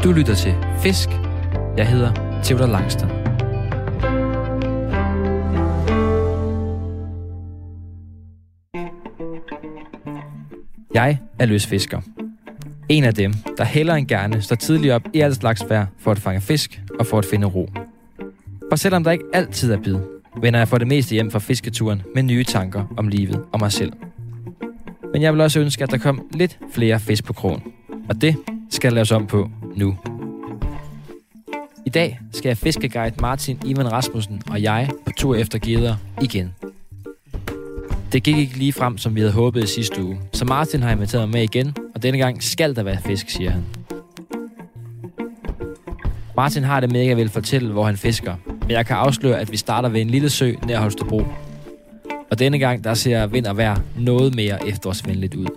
Du lytter til Fisk. Jeg hedder Theodor Langsted. Jeg er løsfisker. En af dem, der hellere end gerne står tidligt op i alt slags vejr for at fange fisk og for at finde ro. For selvom der ikke altid er bid, vender jeg for det meste hjem fra fisketuren med nye tanker om livet og mig selv. Men jeg vil også ønske, at der kom lidt flere fisk på krogen. Og det skal der laves om på nu. I dag skal jeg fiskeguide Martin Ivan Rasmussen og jeg på tur efter geder igen. Det gik ikke lige frem, som vi havde håbet i sidste uge, så Martin har inviteret mig med igen, og denne gang skal der være fisk, siger han. Martin har det mega vel fortælle, hvor han fisker, men jeg kan afsløre, at vi starter ved en lille sø nær Holstebro. Og denne gang, der ser vind og vejr noget mere efterårsvenligt ud.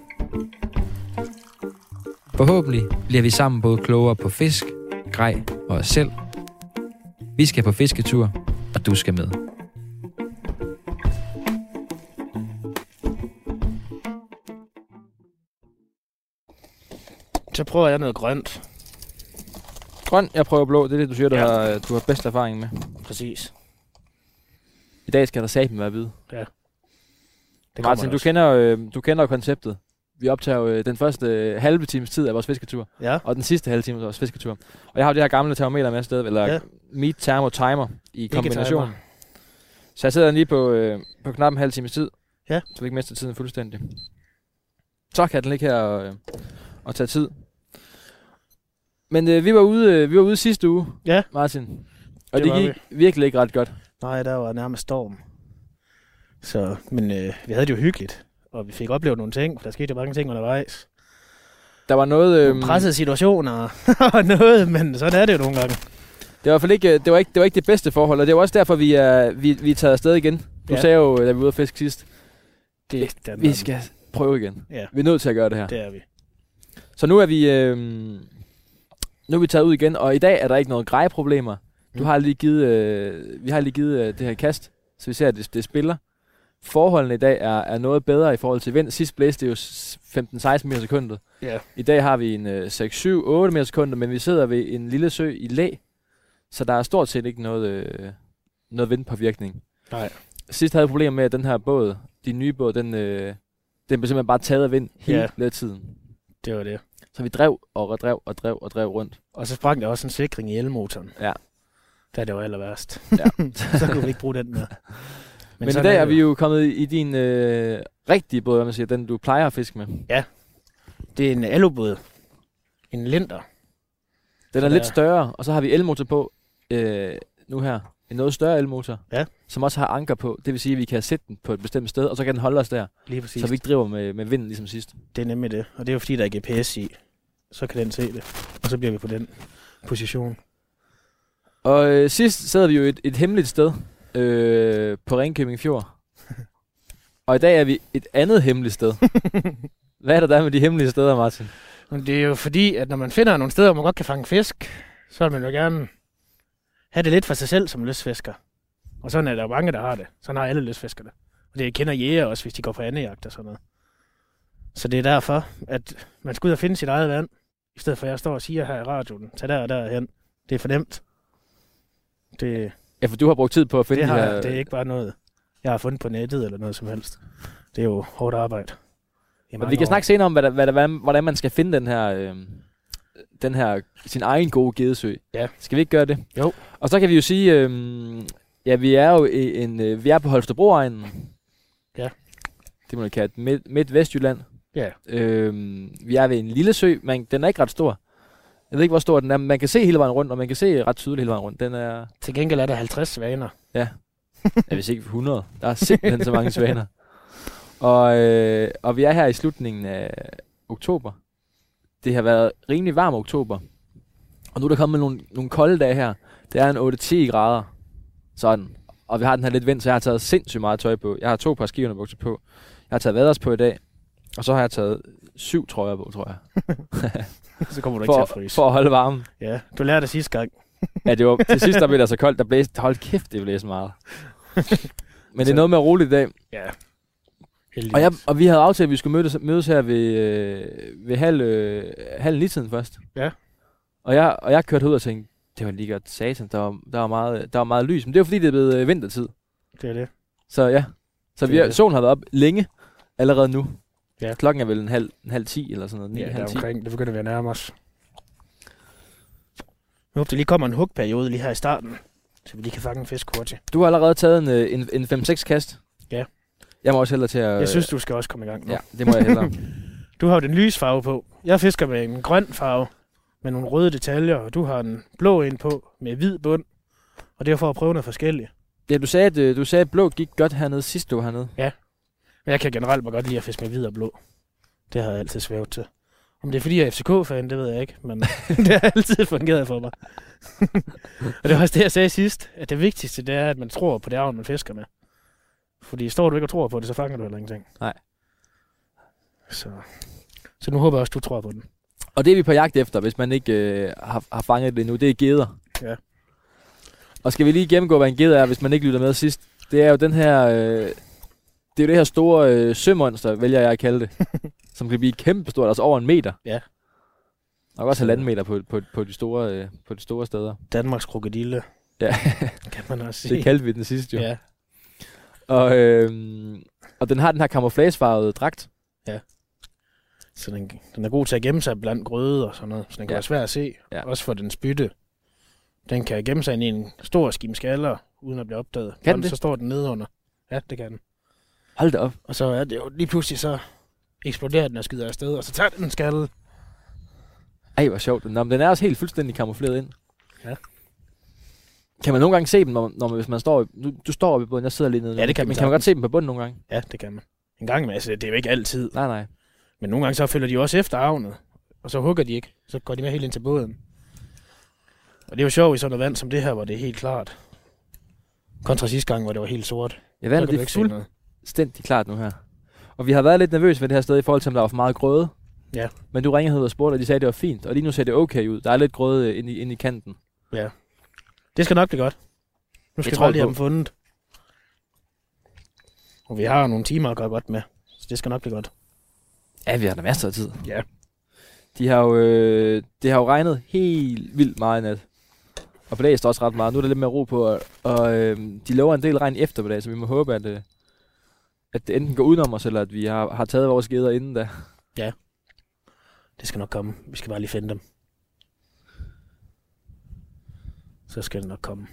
Forhåbentlig bliver vi sammen både klogere på fisk, grej og os selv. Vi skal på fisketur, og du skal med. Så prøver jeg noget grønt. Grøn, jeg prøver blå. Det er det, du siger, du har bedst erfaring med. Præcis. I dag skal der satme være hvid. Ja. Martin, du kender konceptet. Vi optager jo den første halve times tid af vores fisketur. Ja. Og den sidste halve time af vores fisketur. Og jeg har jo det her gamle termometer med afsted, eller Meat Thermo Timer i kombination. Så jeg sidder lige på knap en halv times tid. Ja. Så vi ikke mister tiden fuldstændig. Så kan den ligge her og tage tid. Men vi var ude sidste uge, ja, Martin. Og det gik virkelig ikke ret godt. Nej, der var nærmest storm. Så, men vi havde det jo hyggeligt. Og vi fik oplevet nogle ting, for der skete jo mange ting undervejs. Der var noget... pressede situationer og noget, men sådan er det jo nogle gange. Det var i hvert fald ikke, det var ikke det bedste forhold, og det var også derfor, vi er taget afsted igen. Du sagde jo, da vi var ude at fiske sidst, vi skal prøve igen. Ja. Vi er nødt til at gøre det her. Det er vi. Så nu er vi taget ud igen, og i dag er der ikke noget grejeproblemer. Vi har lige givet det her kast, så vi ser, at det spiller. Forholdene i dag er noget bedre i forhold til vind. Sidst blæste det jo 15-16 meter sekundet. Yeah. I dag har vi en 6-7-8 meter sekundet, men vi sidder ved en lille sø i læ, så der er stort set ikke noget vindpåvirkning. Nej. Sidst havde jeg problemer med, at den her båd, de nye båd, den blev simpelthen bare taget af vind hele tiden. Det var det. Så vi drev rundt. Og så sprang der også en sikring i elmotoren. Ja. Det var aller værst. Ja. Så kunne vi ikke bruge den mere. Men i dag er vi jo kommet i din rigtige båd, hvad man siger, den du plejer at fiske med. Ja, det er en alubåd. En Linder. Den er lidt større, og så har vi elmotor på nu her. En noget større elmotor, som også har anker på. Det vil sige, at vi kan sætte den på et bestemt sted, og så kan den holde os der. Lige præcis. Så vi ikke driver med vinden ligesom sidst. Det er nemlig det, og det er jo fordi, der er GPS i. Så kan den se det, og så bliver vi på den position. Og sidst sad vi jo et hemmeligt sted på Ringkøbing Fjord. Og i dag er vi et andet hemmeligt sted. Hvad er der med de hemmelige steder, Martin? Men det er jo fordi, at når man finder nogle steder, hvor man godt kan fange fisk, så vil man jo gerne have det lidt for sig selv som lystfisker. Og sådan er der mange, der har det. Sådan har alle lystfiskere det. Og det kender jæger også, hvis de går på andejagt og sådan noget. Så det er derfor, at man skal ud og finde sit eget vand, i stedet for at jeg står og siger her i radioen, tag der og derhen. Det er for nemt. Ja, for du har brugt tid på at finde det her. Det er ikke bare noget, jeg har fundet på nettet eller noget som helst. Det er jo hårdt arbejde. Men vi kan snakke senere om, hvordan man skal finde den her sin egen gode gedesø. Ja. Skal vi ikke gøre det? Jo. Og så kan vi jo sige, vi er jo vi er på Holstebro-egnen. Ja. Det må man kalde Midt-Vestjylland. Ja. Vi er ved en lille sø, men den er ikke ret stor. Jeg ved ikke, hvor stor den er, men man kan se hele vejen rundt, og man kan se ret tydeligt hele vejen rundt. Den er... Til gengæld er der 50 svaner. Ja. Hvis ikke 100. Der er simpelthen så mange svaner. Og vi er her i slutningen af oktober. Det har været rimelig varm oktober. Og nu er der kommet nogle kolde dage her. Det er en 8-10 grader. Sådan. Og vi har den her lidt vind, så jeg har taget sindssygt meget tøj på. Jeg har 2 par skiunderbukser på. Jeg har taget vaders på i dag. Og så har jeg taget 7 trøjer på, tror jeg. Så kommer du ikke til at fryse. For at holde varmen. Ja, du lærte det sidste gang. Ja, det var til sidst, der blev det så koldt. Der blæste. Hold kæft, det blæste meget. Men det er noget med roligt i dag. Ja. Og vi havde aftalt, at vi skulle mødes her ved halv 9-tiden først. Ja. Og jeg kørte ud og tænkte, det var lige godt satan, der var meget lys. Men det var fordi, det er blevet vintertid. Det er det. Så ja. Så solen har været op længe allerede nu. Ja. Klokken er vel en halv 10 eller sådan noget. 9, Ja, halv 10. omkring. Det begynder vi at nærme os. Jeg håber, det lige kommer en hugperiode lige her i starten, så vi lige kan fange en fisk hurtigt. Du har allerede taget en 5-6 kast. Ja. Jeg må også hellere til at... Jeg synes, du skal også komme i gang nu. Ja, det må jeg hellere. Du har jo den lys farve på. Jeg fisker med en grøn farve med nogle røde detaljer, og du har en blå ind på med hvid bund. Og det er for at prøve noget forskelligt. Ja, du sagde, at blå gik godt hernede sidst, du var hernede. Ja. Men jeg kan generelt bare godt lide at fiske med hvid og blå. Det har jeg altid svævet til. Om det er fordi jeg er FCK-fan, det ved jeg ikke, men det har altid fungeret for mig. Og det var også det, jeg sagde sidst, at det vigtigste, det er, at man tror på det avl, man fisker med. Fordi står du ikke og tror på det, så fanger du heller ingenting. Nej. Så nu håber jeg også, du tror på den. Og det er vi på jagt efter, hvis man ikke har fanget det endnu, det er geder. Ja. Og skal vi lige gennemgå, hvad en geder er, hvis man ikke lytter med sidst? Det er jo den her... det er jo det her store sømonster, vælger jeg at kalde det. Som kan blive kæmpestort, altså over 1 meter. Ja. Og også 1,5 meter på de store steder. Danmarks krokodille. Ja. Kan man også sige. Det kaldte vi den sidste jo. Ja. Og den har den her camouflagefarvede dragt. Ja. Så den er god til at gemme sig blandt grøde og sådan noget. Så den kan være svær at se. Ja. Også for den spytte. Den kan gemme sig ind i en stor skim skaller, uden at blive opdaget. Kan det? Så står den nedenunder. Ja, det kan den. Hold da op. Og så er det jo lige pludselig så eksploderer den og skyder afsted, og så tager den en skalle. Ej, hvor sjovt. Nå, men den er også helt fuldstændig camoufleret ind. Ja. Kan man nogle gange se dem, hvis man står... Du står oppe i bunden, jeg sidder lige nede. Ja, det kan man. Men kan man godt se dem på bunden nogle gange? Ja, det kan man. En gang med, altså det er jo ikke altid. Nej. Men nogle gange så følger de jo også efter avnet, og så hugger de ikke. Så går de med helt ind til båden. Og det er jo sjovt i sådan noget vand som det her, hvor det er helt klart. Kontra sidste gang, hvor det var helt sort. Ja, vandet det er fuldstændig klart nu her. Og vi har været lidt nervøse ved det her sted i forhold til, om der var for meget grøde. Ja. Men du ringede og spurgte, og de sagde, at det var fint. Og lige nu ser det okay ud. Der er lidt grøde inde i kanten. Ja. Det skal nok blive godt. Nu skal vi bare lige have dem fundet. Og vi har nogle timer at gøre godt med. Så det skal nok blive godt. Ja, vi har da masser af tid. Ja. Det har jo regnet helt vildt meget i nat. Og blæst også ret meget. Nu er der lidt mere ro på. Og de lover en del regn eftermiddag, så vi må håbe, at det enten går udenom os, eller at vi har taget vores geder inden da. Ja. Det skal nok komme. Vi skal bare lige finde dem. Så skal det nok komme.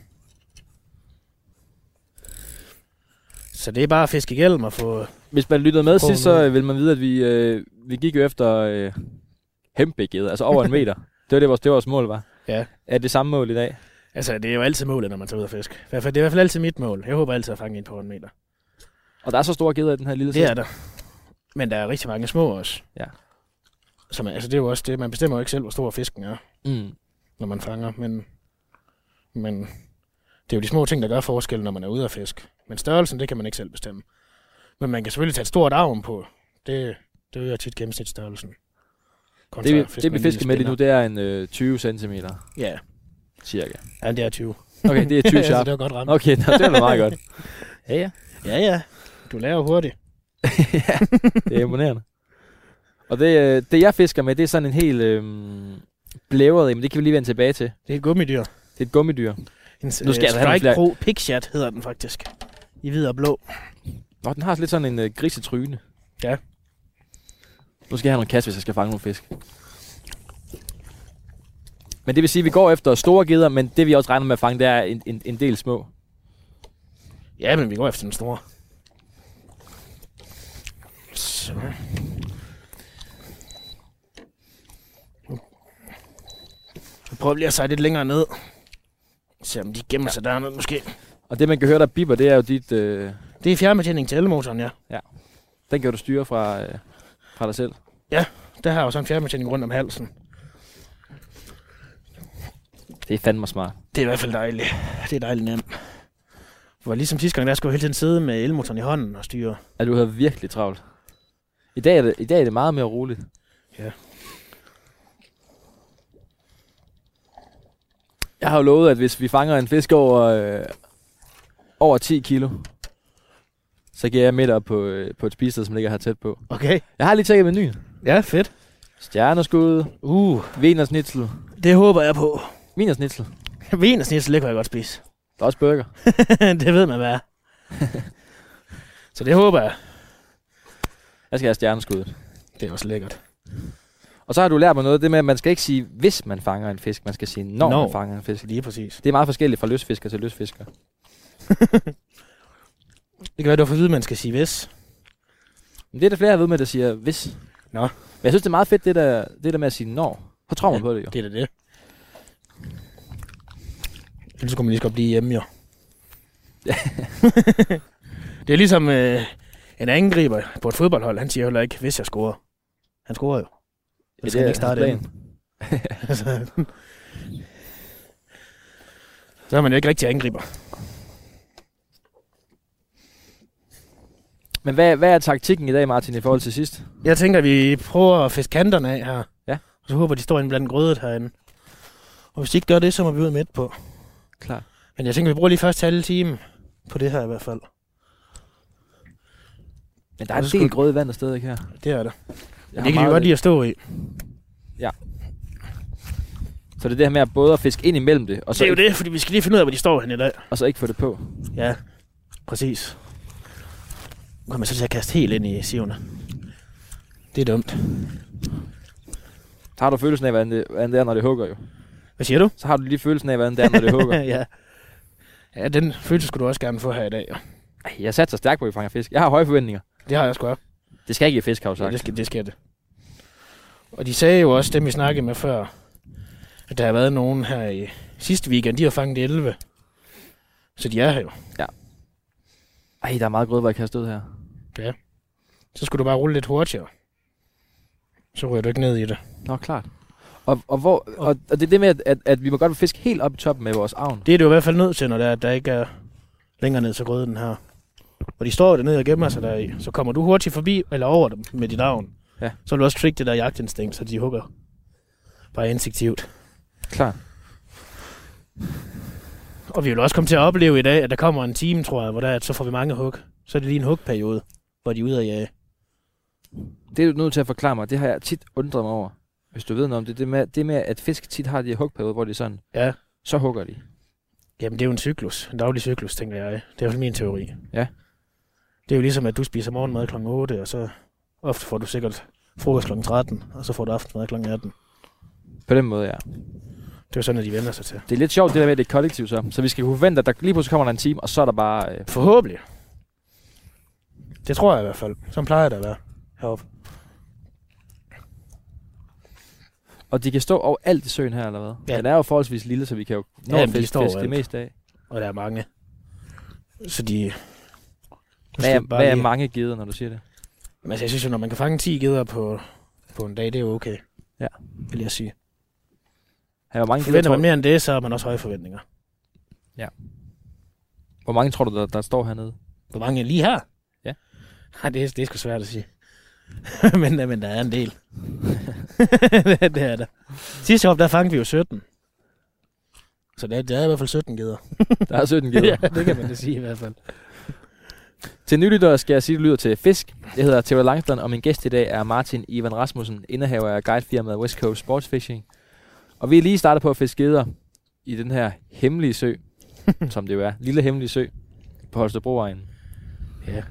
Så det er bare at fiske igennem og få... Hvis man lyttede med sidst, så vil man vide, at vi gik jo efter hempegeder, altså over 1 meter. Det var vores mål, var. Ja. Er det samme mål i dag? Altså, det er jo altid målet, når man tager ud og fisk. Det er i hvert fald altid mit mål. Jeg håber altid at fange en på 1 meter. Og der er så store geder i den her lille Det er der. Men der er rigtig mange små også. Ja. Så altså, det er jo også det. Man bestemmer jo ikke selv, hvor stor fisken er, når man fanger. Men det er jo de små ting, der gør forskel, når man er ude at fiske. Men størrelsen, det kan man ikke selv bestemme. Men man kan selvfølgelig tage et stort arm på. Det øger tit gennemsnitsstørrelsen. Det vi fisker med lige nu, det er en 20 cm. Ja. Cirka. Ja, det er 20. Okay, det er 20 sharp. Det var godt ramt. Okay, det er meget godt. Ja. Ja. Du lærer hurtigt. Ja, det er imponerende. Og det jeg fisker med, det er sådan en helt blævret, men det kan vi lige vende tilbage til. Det er et gummidyr. Det er et gummidyr. Nu skal Strike Pro Pigshot hedder den faktisk. I hvid og blå. Nå, den har lidt sådan en grisetryne. Ja. Nu skal jeg have nogle kasse, hvis jeg skal fange nogle fisk. Men det vil sige, at vi går efter store geder, men det vi også regner med at fange, det er en del små. Ja, men vi går efter den store. Så. Nu prøver vi lige at sejle lidt længere ned. Se om de gemmer sig dernede måske. Og det man kan høre, der bipper, det er jo dit... Det er fjernbetjening til elmotoren, ja. Ja. Den kan du styre fra dig selv. Ja, der har jeg jo sådan en fjernbetjening rundt om halsen. Det er fandme smart. Det er i hvert fald dejligt. Det er dejligt nemt. For ligesom sidste gang, der skulle jeg hele tiden sidde med elmotoren i hånden og styre. Ja, du havde virkelig travlt. I dag er det meget mere roligt. Ja. Jeg har jo lovet, at hvis vi fanger en fisk over 10 kilo, så giver jeg midt op på et spisested, som ligger her tæt på. Okay. Jeg har lige tjekket menuen. Ja, fedt. Stjerneskud. Wienersnitzel. Det håber jeg på. Wienersnitzel. Wienersnitzel, det kan jeg godt spise. Der er også burger. Det ved man, hvad er. Så det håber jeg. Jeg skal have stjerneskuddet. Det er også lækkert. Og så har du lært mig noget, det med, at man skal ikke sige, hvis man fanger en fisk. Man skal sige, når man fanger en fisk. Lige præcis. Det er meget forskelligt fra lystfisker til lystfisker. Det kan være, du har fået at vide, at man skal sige hvis. Men det er der flere, jeg ved med, der siger hvis. Nå. Men jeg synes, det er meget fedt, det der med at sige når. Så tror man på det jo. Det er det. Ellers kunne man lige så godt blive hjemme, jo. Det er ligesom en angriber på et fodboldhold. Han siger heller ikke, hvis jeg scorer. Han scorer jo. Så skal han ikke starte ind. Så er man jo ikke rigtig angriber. Men hvad er taktikken i dag, Martin, i forhold til sidst? Jeg tænker, at vi prøver at fiske kanterne af her. Ja. Og så håber de står inde blandt grødet herinde. Og hvis de ikke gør det, så må vi ud midt på. Klar. Men jeg tænker, vi bruger lige først halve time på det her i hvert fald. Men der er en del grøde vand stadig her. Det er der. Men det kan de godt lide at stå i. Ja. Så det er det her med at både at fiske ind imellem det. Og så det er jo det, fordi vi skal lige finde ud af, hvor de står henne i dag. Og så ikke få det på. Ja, præcis. Nu kan man så til at kaste helt ind i sivene. Det er dumt. Så har du følelsen af, hvordan det er, når det hugger jo. Hvad siger du? Så har du lige følelsen af, hvordan det er, når det hugger. Ja, den følelse skulle du også gerne få her i dag. Jo. Jeg satser stærkt på, at vi fanger fisk. Jeg har høje forventninger. Det har jeg sgu også. Det skal ikke give fisk, har du sagt. Ja, det skal det. Og de sagde jo også, dem vi snakkede med før, at der har været nogen her i sidste weekend, de har fanget 11. Så de er her jo. Ja. Ej, der er meget grød, hvor jeg kan stå her. Ja. Så skulle du bare rulle lidt hurtigere. Så ryger du ikke ned i det. Nå, klart. Og det er det med, at vi må godt fiske helt op i toppen med vores avn. Det er du i hvert fald nødt til, når der ikke er længere ned til grøden her. Og de står dernede og gemmer sig der i. Så kommer du hurtigt forbi, eller over dem med dit avn. Ja. Så vil du også trick det der jagtinstinkt, så de hugger bare instinktivt. Klart. Og vi vil også komme til at opleve i dag, at der kommer en time, tror jeg, hvor så får vi mange hug. Så er det lige en hugperiode, hvor de er ude at jage. Det er du nødt til at forklare mig. Det har jeg tit undret mig over. Hvis du ved noget om det. Det med, at fisk tit har de her hugperioder, hvor de sådan, ja. Så hugger de. Jamen, det er jo en cyklus. En daglig cyklus, tænker jeg. Det er jo min teori. Ja. Det er jo ligesom, at du spiser morgenmad kl. 8, og så ofte får du sikkert frokost kl. 13, og så får du aftenmad kl. 18. På den måde, ja. Det er jo sådan, at de vender sig til. Det er lidt sjovt, det der med, at det er kollektivt så. Så vi skal kunne forvente, at der lige pludselig kommer der en time, og så er der bare... Forhåbentlig. Det tror jeg i hvert fald. Sådan plejer det at være heroppe. Og de kan stå overalt i søen her, eller hvad? Ja. Den er jo forholdsvis lille, så vi kan jo nå at fiske det meste af. Og der er mange. Så de... Hvad er mange geder, når du siger det? Men altså, jeg synes jo, når man kan fange 10 geder på en dag, det er jo okay. Ja. Vil jeg sige. Forventer man mere end det, så har man også høje forventninger. Ja. Hvor mange tror du, der står hernede? Hvor mange lige her? Ja. Nej, det er sgu svært at sige. men der er en del. Det er der. Sidste år, der fangede vi jo 17. Så der er i hvert fald 17 geder. Der er 17 geder. Ja, det kan man da sige i hvert fald. Til nylyttere skal jeg sige, at du lyder til Fisk. Jeg hedder Theodor Langstrand, og min gæst i dag er Martin Ivan Rasmussen, indehaver af guidefirmaet West Coast Sports Fishing. Og vi er lige startet på at fiske geder i den her hemmelige sø, som det jo er. Lille hemmelige sø på Holstebroegnen. Ja.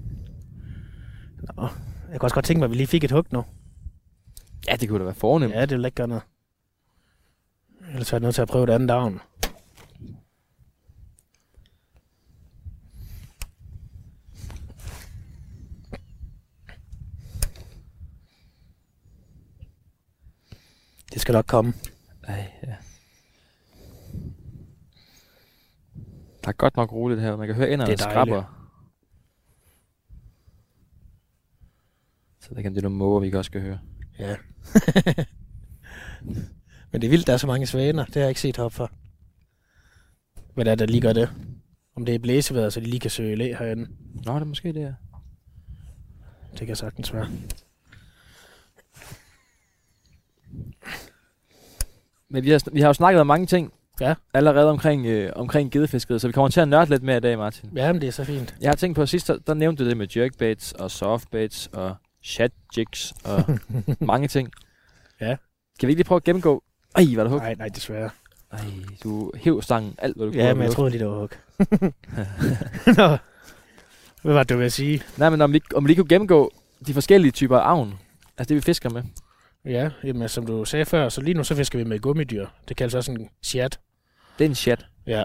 Nå, jeg kan også godt tænke mig, at vi lige fik et hug nu. Ja, det kunne da være fornemt. Ja, det vil ikke gøre noget. Ellers er jeg nødt til at prøve det andet avn. Det skal nok komme. Ej, ja. Der er godt nok roligt her. Man kan høre enderne skrabber. Så der kan det nogle måger, vi ikke også skal høre. Ja. Men det er vildt, der er så mange svaner. Det har jeg ikke set heroppe for. Hvad der lige gør det? Om det er blæsevejr, så de lige kan søge læ herinde. Nå, det er måske det, ja. Det kan sagtens være. Men vi har jo snakket om mange ting. Ja. Allerede omkring gedefiskeriet, så vi kommer til at nørde lidt mere i dag, Martin. Ja, men det er så fint. Jeg har tænkt på, at sidst, der nævnte du det med jerkbaits og softbaits og shad jigs og mange ting. Ja. Skal vi ikke lige prøve at gennemgå? Ej, var det hug? Nej, desværre. Ej, du hæv stangen alt, hvad du kunne. Ja, men jeg troede lige, det var hug. Nå. Hvad var det, du ville sige? Nej, men om vi lige kunne gennemgå de forskellige typer af avn. Altså det, vi fisker med. Ja, jamen, som du sagde før, så lige nu så fisker vi med gummidyr. Det kaldes også en chat. Det er en chat. Ja.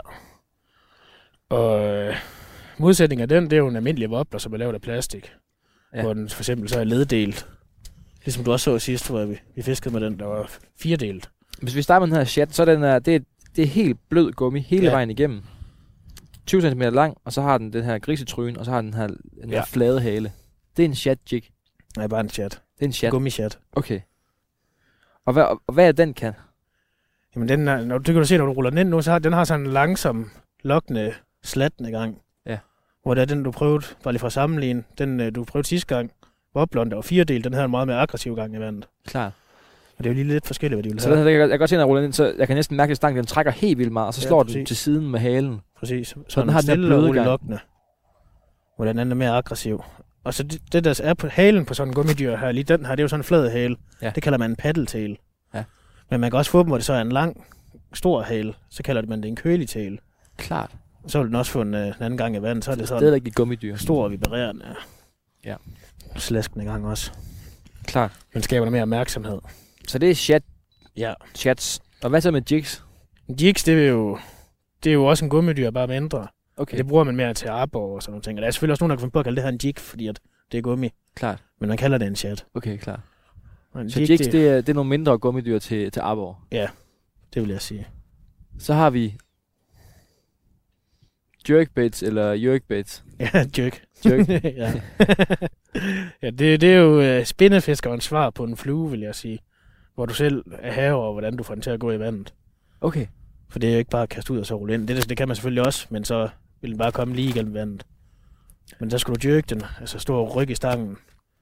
Og modsætning af den, det er jo en almindelig wobbler, som er lavet af plastik. Ja. Hvor den for eksempel så er leddelt. Ligesom du også så sidst, hvor vi fiskede med den, der var 4-delt. Hvis vi starter med den her chat, så er det er helt blød gummi hele vejen igennem. 20 cm lang, og så har den her grisetryne, og så har den her flade hale. Det er en chat jig. Nej, bare en chat. Det er en chat. Gummi-chat. Okay. Og hvad er den kan? Jamen det kan du se, når du ruller den ind nu, så har den sådan en langsom, lokkende, slattende gang. Ja. Hvor det er den, du prøvede, bare lige for at sammenligne, den du prøvede sidste gang, wobbleren, der var 4-del, den havde en meget mere aggressiv gang i vandet. Klar. Og det er jo lige lidt forskelligt, hvad de vil så have. Så jeg kan godt se, når jeg ruller den ind, så jeg kan næsten mærke, at stangen den trækker helt vildt meget, og så slår den til siden med halen. Præcis. Så den har den her bløde gang. Lokkende, hvor den anden er mere aggressiv. Og så det der er på halen på sådan en gummidyr her, lige den her, det er jo sådan en flad hale. Ja. Det kalder man en paddle-tail. Ja. Men man kan også få dem, hvor det så er en lang, stor hale. Så kalder man det en curly-tail. Klart. Så vil den også få en anden gang i vand. Så er det sådan det er ikke et gummidyr. Stor og vibrerende. Ja. Slaskende gang også. Klart. Den skaber noget mere opmærksomhed. Så det er chat. Ja. Chats. Og hvad så med jigs? Jigs, det er jo også en gummidyr, bare mindre. Okay. Det bruger man mere til arbor og sådan nogle ting. Og der er selvfølgelig også nogen, der kan finde på at kalde det her en jig, fordi at det er gummi. Klart. Men man kalder det en chat. Okay, klart. Så jigs, det er nogle mindre gummidyr til arbor? Ja, det vil jeg sige. Så har vi jerkbaits eller jerkbaits. Ja, jerk. Ja. Ja, det er jo spinnefiskerens svar på en flue, vil jeg sige. Hvor du selv er herre over, hvordan du får den til at gå i vandet. Okay. For det er jo ikke bare at kaste ud og så rulle ind. Det kan man selvfølgelig også, men så vil den bare komme lige igennem vandet. Men der skulle du jerke den, altså stå og rykke i stangen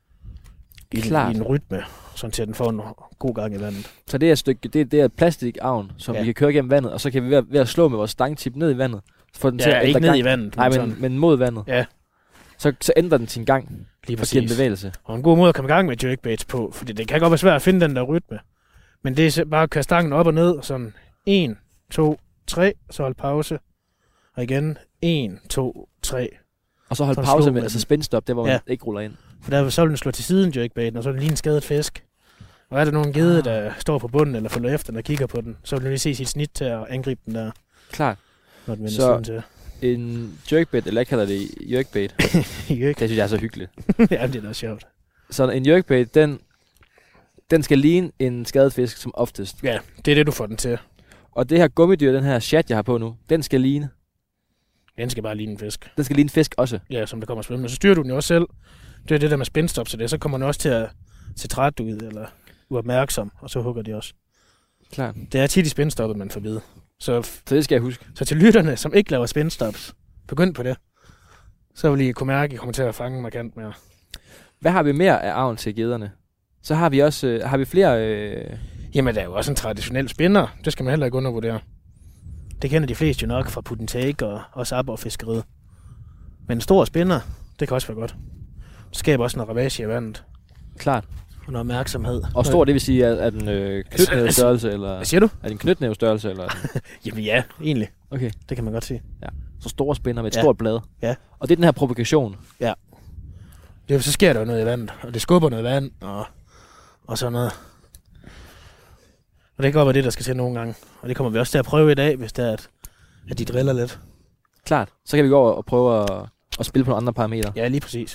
i en rytme, sådan til at den får en god gang i vandet. Så det er et stykke, det er et plastikavn, som vi kan køre gennem vandet, og så kan vi ved at slå med vores stangtip ned i vandet. Få den til at ikke ned i vandet. Nej, men mod vandet. Ja. Så ændrer den sin gang. Lige præcis. Og giver en bevægelse. Og en god måde at komme i gang med jerkbaits på, fordi det kan godt være svært at finde den der rytme. Men det er bare at køre stangen op og ned, sådan 1, 2, 3, så hold pause. Og igen 1, 2, 3. Og så hold pause med, altså spændstop, der hvor man ikke ruller ind. For der så vil den slå til siden jerkbaiten, og så er den lige en skadet fisk. Og er der nogen gede, der står på bunden eller følger efter den og kigger på den, så vil du lige se sit snit til at angribe den der. Klart. Når den så til. En jerkbait, eller jeg kalder det jerkbait. Jerk. Det synes jeg er så hyggeligt. Ja, det er da sjovt. Så en jerkbait, den skal ligne en skadet fisk som oftest. Ja, det er det, du får den til. Og det her gummidyr, den her chat, jeg har på nu, den skal ligne. Den skal bare ligne en fisk. Den skal ligne en fisk også. Ja, som der kommer svømmende. Så styrer du den jo også selv. Det er det der med spændstop, så kommer den også til at se træt ud, eller uopmærksom, og så hugger de også. Klart. Det er tit i spændstoppet, man får vide. Så det skal jeg huske. Så til lytterne, som ikke laver spændstops, begynd på det. Så vil I kunne mærke, at I kommer til at fange markant mere. Hvad har vi mere af avn til gederne? Så har vi også har vi flere... Jamen, der er jo også en traditionel spinner. Det skal man heller ikke undervurdere. Det kender de fleste jo nok fra put and take og også aborfiskeriet. Men en stor spinner, det kan også være godt. Det skaber også en ravage i vandet. Klart. Og noget opmærksomhed. Og stor, det vil sige, at den knytnævestørrelse, eller... Hvad siger du? Er det en knytnævestørrelse, eller... Jamen ja, egentlig. Okay. Det kan man godt sige. Ja. Så store spinner med et stort blad. Ja. Og det er den her propagation. Ja. Så sker der jo noget i vandet, og det skubber noget vand, og sådan noget. Og det kan godt være det, der skal til nogle gange. Og det kommer vi også til at prøve i dag, hvis det er, at de driller lidt. Klart. Så kan vi gå over og prøve at spille på nogle andre parametre. Ja, lige præcis.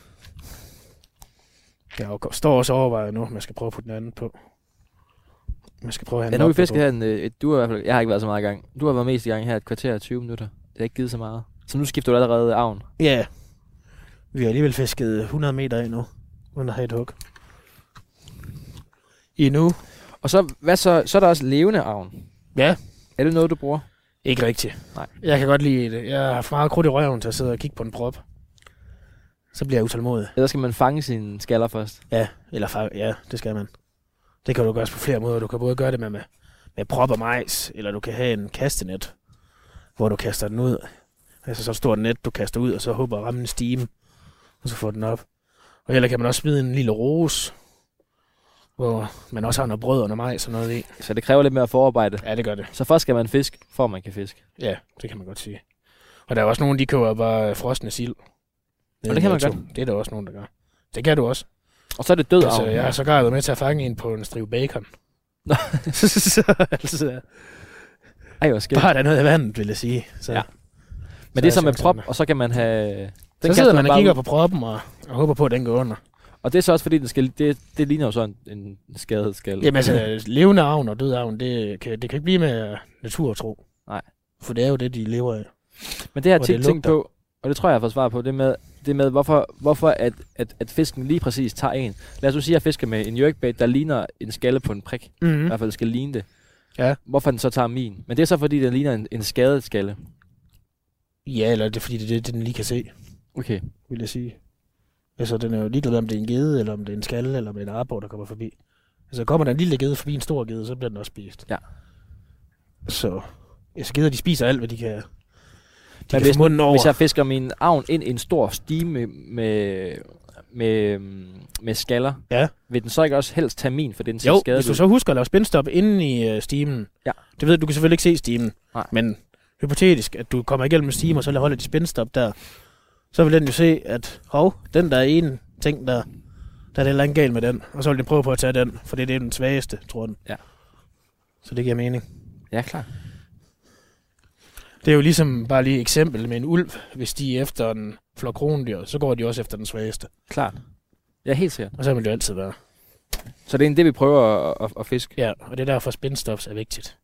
Jeg står også og overvejer nu, om jeg skal prøve at putte den anden på. Jeg skal prøve at have nu har vi fisket her du har i hvert fald, jeg har ikke været så meget i gang. Du har været mest i gang her et kvarter 20 minutter. Det har ikke givet så meget. Så nu skifter du allerede avn. Ja. Vi har alligevel fisket 100 meter af nu, uden at have et hug. Endnu. Og så er der også levende avn. Ja. Er det noget, du bruger? Ikke rigtigt. Nej. Jeg kan godt lide det. Jeg har for meget krudt i røven til at sidde og kigge på en prop. Så bliver jeg utålmodig. Eller skal man fange sine skaller først? Ja, det skal man. Det kan du gøre på flere måder. Du kan både gøre det med prop og majs, eller du kan have en kastenet, hvor du kaster den ud. Altså så et stort net, du kaster ud, og så håber at ramme en stime, og så får den op. Og ellers kan man også smide en lille rose, hvor man også har noget brød og noget majs og noget i. Så det kræver lidt mere forarbejde. Ja, det gør det. Så først skal man fisk, for man kan fisk. Ja, det kan man godt sige. Og der er også nogen, de køber bare frosne sild. Og det kan man godt. Det er der også nogen, der gør. Det kan du også. Og så er det død Altså, avn. jeg har sågar været med til at fange en på en strive bacon. Nå. Så, altså, Ej, hvor skægt. bare der er noget i vandet, vil jeg sige. Så, Ja. Men det er så med prop, og så kan man have... Så sidder man og kigger på proppen og håber på, at den går under. Og det er så også fordi, det ligner jo sådan en skadet skal. Jamen altså, levende avn og død avn, det kan ikke blive med naturtro. Nej. For det er jo det, de lever af. Men det har jeg Og tit det tænkt lugter. på, og det tror jeg, jeg får svar på, det med hvorfor at fisken lige præcis tager en. Lad os nu sige, at jeg fisker med en jerkbait, der ligner en skalle på en prik. I hvert fald skal ligne det. Ja. Hvorfor den så tager min. Men det er så fordi, den ligner en skadet skalle. Ja, eller det er fordi, det er det, den lige kan se, Okay. vil jeg sige. Altså, den er jo ligeglad, om det er en gede, eller om det er en skalle, eller om det er en arbor, der kommer forbi. Altså, kommer der en lille gede forbi en stor gede, så bliver den også spist. Ja. Så geder, de spiser alt, hvad de kan. Men kan få munden over. hvis jeg fisker min avn ind i en stor stime med skaller, Ja. vil den så ikke også helst tage min, for den ser Jo, skadet hvis du ud? så husker at lave spændstop inde i stimen. Ja. Det ved du kan selvfølgelig ikke se stimen. Nej. Men hypotetisk, at du kommer igennem stimen, og så holder de spændstop der. Så vil den jo se, at den der er en ting, der er det heller ikke galt med den. Og så vil den prøve på at tage den, for det er den svageste, tror den. Ja. Så det giver mening. Ja, klar. Det er jo ligesom bare lige et eksempel med en ulv. Hvis de er efter en flok krondyr, så går de også efter den svageste. Klart. Ja, helt sikkert. Og så vil det jo altid være. Så det er det, vi prøver at fiske. Ja, og det er derfor spændstops er vigtigt.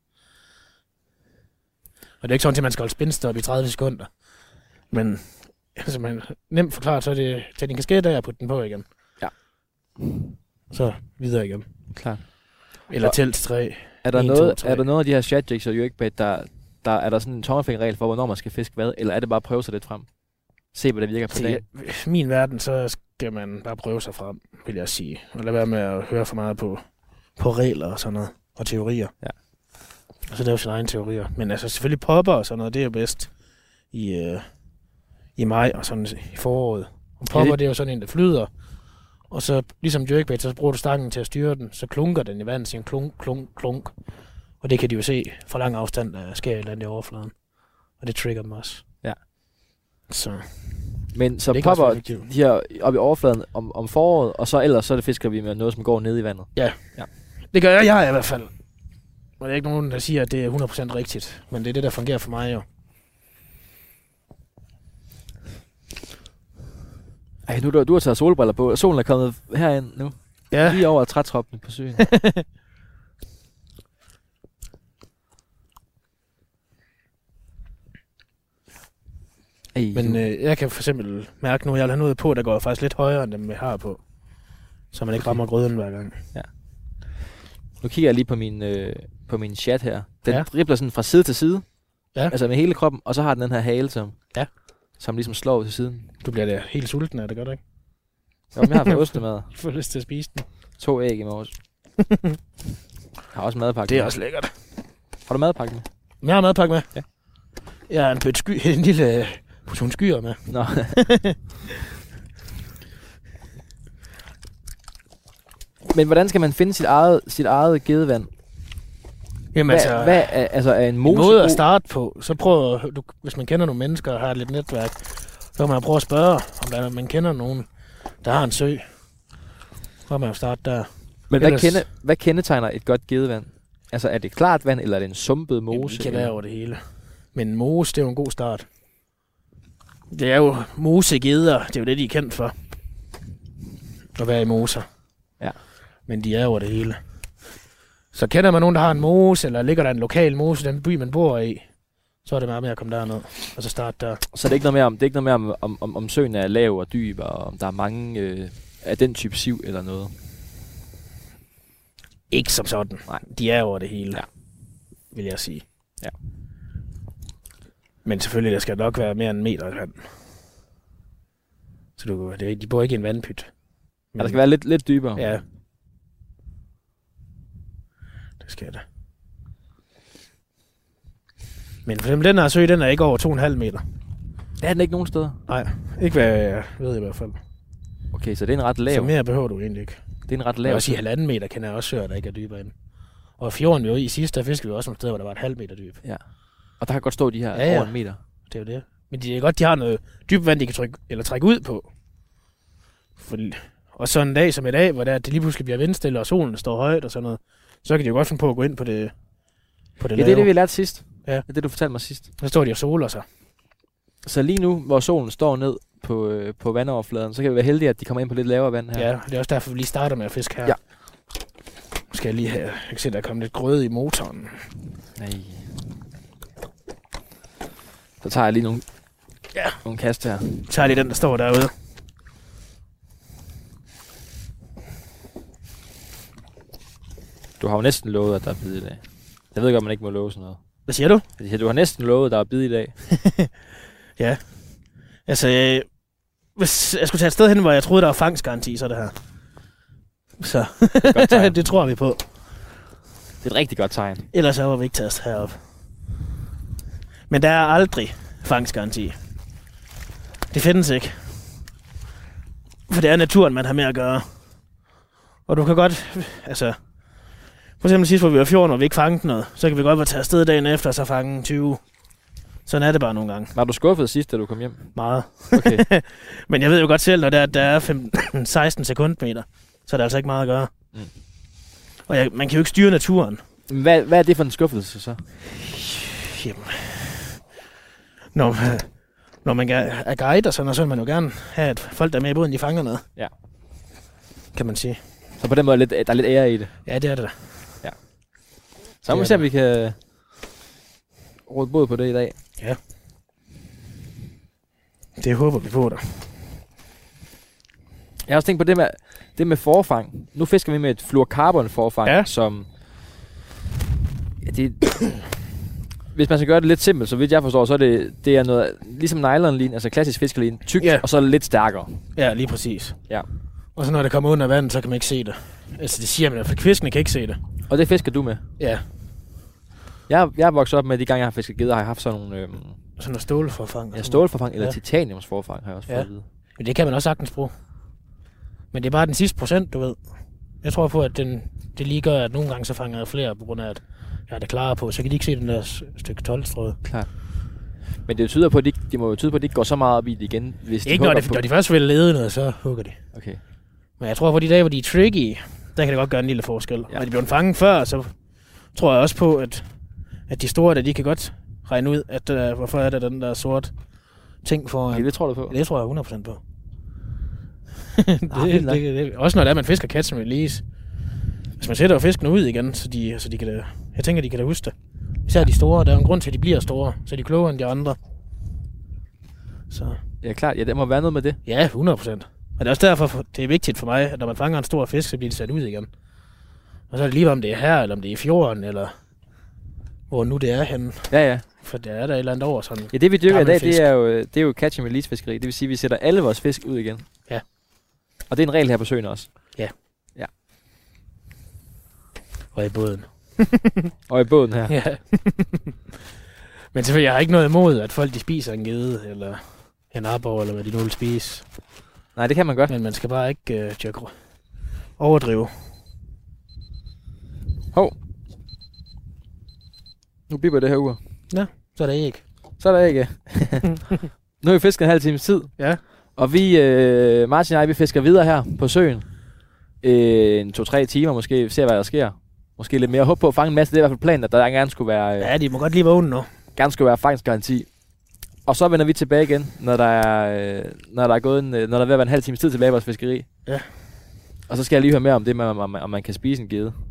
Og det er ikke sådan, at man skal holde spændstop i 30 sekunder. Men altså, man nemt forklaret, så er det tage din kasket af og putte den på igen. Ja. Så videre igen. Klart. Eller Og tæl til 3. Er der 1, 2, noget, 3. er der noget af de her shadjigs og jerkbait, der er der sådan en tommelfingerregel for, hvornår man skal fiske hvad? Eller er det bare at prøve sig lidt frem? Se, hvad det virker på dagen? I min verden, så skal man bare prøve sig frem, vil jeg sige. Og lade være med at høre for meget på regler og sådan noget. Og teorier. Ja. Og så lave sine egne teorier. Men altså selvfølgelig popper og sådan noget, det er jo bedst i maj og sådan i foråret. Og popper, det er jo sådan en, der flyder. Og så ligesom jerkbait, så bruger du stangen til at styre den. Så klunker den i vandet, siger klunk, klunk, klunk. Og det kan de jo se fra lang afstand, der sker et eller andet i overfladen. Og det trigger dem også. Ja. Så Men så det kan også være popper effektivt. de her op i overfladen om foråret, og så ellers så det fisker vi med noget, som går ned i vandet. Det gør jeg i hvert fald. Og der er ikke nogen, der siger, at det er 100% rigtigt. Men det er det, der fungerer for mig jo. Ej, nu du har taget solbriller på. Solen er kommet herind nu. Ja. Lige over trætroppene på søen. Men jeg kan for eksempel mærke nu, at jeg har noget på, der går faktisk lidt højere, end dem vi har på. Så man ikke rammer grøden hver gang. Nu kigger jeg lige på min chat her. Den Ja. dribler sådan fra side til side. Ja. Altså med hele kroppen. Og så har den her hale, Ja. som ligesom slår ud til siden. Du bliver da helt sulten af det, gør du ikke? Jo, men jeg har fået ostemad. Du får lyst til at spise den. 2 æg i morges. Jeg har også madpakke. Det er også lækkert. Har du madpakke med? Jeg har madpakke med. Ja. Jeg har en lille portion skyer med. Nå. Men hvordan skal man finde sit eget gedevand? Jamen Hvad er en en mose? måde at starte på, så prøv hvis man kender nogle mennesker og har lidt netværk, så kan man prøve at spørge, om man kender nogen, der har en sø. Så kan man jo starte der. Men ellers- hvad kendetegner et godt gedevand? Altså er det klart vand, eller er det en sumpet mose? Jamen, det kan eller? være over det hele. Men mose, det er jo en god start. Det er jo mosegeder, det er jo det, de er kendt for. At være i moser. Ja. Men de er over det hele. Så kender man nogen, der har en mose, eller ligger der en lokal mose, den by, man bor i, så er det meget med at komme derned, og så starte der. Så det er ikke noget mere om søen er lav og dyb, og om der er mange af den type siv eller noget. Ikke som sådan. Nej. De er over det hele, Ja. vil jeg sige. Ja. Men selvfølgelig, der skal nok være mere end en meter i vand. Så de bor ikke i en vandpyt. Ja, der skal være lidt dybere. Ja. Det skal det. Men for eksempel, den her sø, den er ikke over 2,5 meter. Det er den ikke nogen steder. Nej, ikke hvad jeg ved i hvert fald. Okay, så det er en ret lav. Så mere behøver du egentlig ikke. Det er en ret Jeg lav. vil også sige, 1,5 meter kender jeg også søer, der ikke er dybere end. Og fjorden jo i sidste, der fiskede vi også nogle steder, hvor der var 0,5 meter dyb. Ja. Og der kan godt stå de her Ja. over en meter. Det er jo det. Men det er godt, de har noget dybt vand, de kan trække ud på. Og sådan en dag som i dag, hvor det lige pludselig bliver vindstille, og solen står højt og sådan noget, så kan de jo godt finde på at gå ind på det Ja, lave. det er det, vi lærte sidst. Ja. Det er det, du fortalte mig sidst. Så står de og soler sig. Så lige nu, hvor solen står ned på vandoverfladen, så kan vi være heldige, at de kommer ind på lidt lavere vand her. Ja, det er også derfor, vi lige starter med at fiske her. Ja. Nu skal jeg lige have... Jeg kan se, der er kommet lidt grøde i motoren. Nej. Så tager jeg lige nogle kast her. Så tager jeg lige den, der står derude. Du har jo næsten lovet, at der er bid i dag. Jeg ved godt, man ikke må love sådan noget. Hvad siger du? Jeg siger, du har næsten lovet, at der er bid i dag. Ja. Altså, hvis jeg skulle tage et sted hen, hvor jeg troede, der var fangstgaranti, så er det her. Så Godt tegn. det tror vi på. Det er et rigtig godt tegn. Ellers så var vi ikke taget herop. Men der er aldrig fangstgaranti. Det findes ikke. For det er naturen, man har med at gøre. Og du kan godt, altså... For eksempel sidst, hvor vi var i fjorden, hvor vi ikke fangede noget, så kan vi godt være taget afsted dagen efter, og så fange 20. Sådan er det bare nogle gange. Var du skuffet sidst, da du kom hjem? Meget. Okay. Men jeg ved jo godt selv, når der er 16 sekundmeter, så er der altså ikke meget at gøre. Mm. Og man kan jo ikke styre naturen. Hvad er det for en skuffelse så? Jamen, når man er guide og sådan, så vil man jo gerne have, at folk, der er med i båden, de fanger noget. Ja. Kan man sige. Så på den måde, der er lidt ære i det. Ja, det er det da. Så må vi se, om vi kan råde båd på det i dag. Ja. Det håber vi på, der. Jeg har også tænkt på det med forfang. Nu fisker vi med et fluorcarbon-forfang, Ja. som... Ja, det... Hvis man skal gøre det lidt simpelt, så vidt jeg forstår, så er det er noget... Ligesom nylonlin, altså klassisk fiskerlin, tykt, Ja. og så lidt stærkere. Ja, lige præcis. Ja. Og så når det kommer under vandet, så kan man ikke se det. Altså, det siger man, for fiskene kan ikke se det. Og det fisker du med. Ja. Jeg er vokset op med, de gange jeg har fisket gedder, har jeg haft sådan nogle Sådan noget stålforfang. stålforfang eller Ja. titaniumsforfang, har jeg også fået Ja. at vide. Men det kan man også sagtens bruge. Men det er bare den sidste procent, du ved. Jeg tror på, at det lige gør, at nogle gange så fanger jeg flere, på grund af, at jeg er det klare på. Så kan de ikke se den der stykke 12-tråd. Klart. Men det tyder på, at de må jo tyde på, at de ikke går så meget op i det igen, hvis de Ikke når, hugger når de først vil lede noget, så hugger de. Okay. Men jeg tror på de dage, hvor de er tricky, der kan det godt gøre en lille forskel. Ja. Når de bliver fanget før, så tror jeg også på, at de store, der de kan godt regne ud, at hvorfor er der den der sort ting foran. Okay, det tror du på? Det tror jeg 100% på. vildt nok. det, også når det er, man fisker catch and release. Hvis man sætter jo fiskene ud igen, så de kan da, jeg tænker, de kan da huske det. Især de store, der er en grund til, at de bliver store, så de er klogere end de andre. Så Ja, klart. Ja, der må være noget med det. ja, 100%. Og det er også derfor, det er vigtigt for mig, at når man fanger en stor fisk, så bliver de sat ud igen. Og så er det lige, om det er her, eller om det er i fjorden, eller hvor nu det er henne. Ja, ja. For der er der et eller andet over sådan. Ja, det vi dykker i Gammel dag, fisk. det er jo catch and release fiskeri. Det vil sige, at vi sætter alle vores fisk ud igen. Ja. Og det er en regel her på søen også. Og i båden. Og i båden her. Ja. Men selvfølgelig, jeg har ikke noget imod, at folk de spiser en gede, eller en arbor, eller hvad de nu vil spise. Nej, det kan man godt. Men man skal bare ikke overdrive. Hov. Nu bipper det her ur. Så er der ikke. Så er der ikke. Nu har vi fisket en halv times tid. Ja. Og vi, Martin og jeg, vi fisker videre her på søen. En 2-3 timer måske. Ser, hvad der sker. Måske lidt mere. Håb på at fange en masse. Det er i hvert fald planen, at der gerne skulle være... Ja, de må godt lige vågne nu. gerne skulle være fangstgaranti. Og så vender vi tilbage igen, når der er når der er ved at være en halv times tid tilbage i vores fiskeri. Ja. Og så skal jeg lige høre mere om det med, om man kan spise en gede.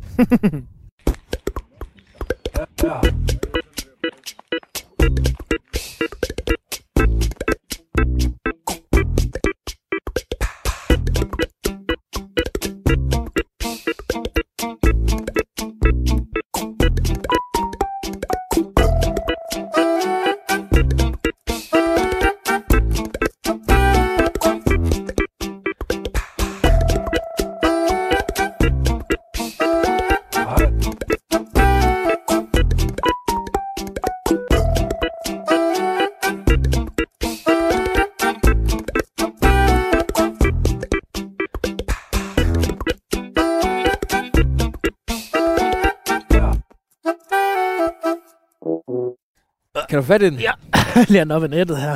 Kan du fatte den? Ja, lige den op i nettet her.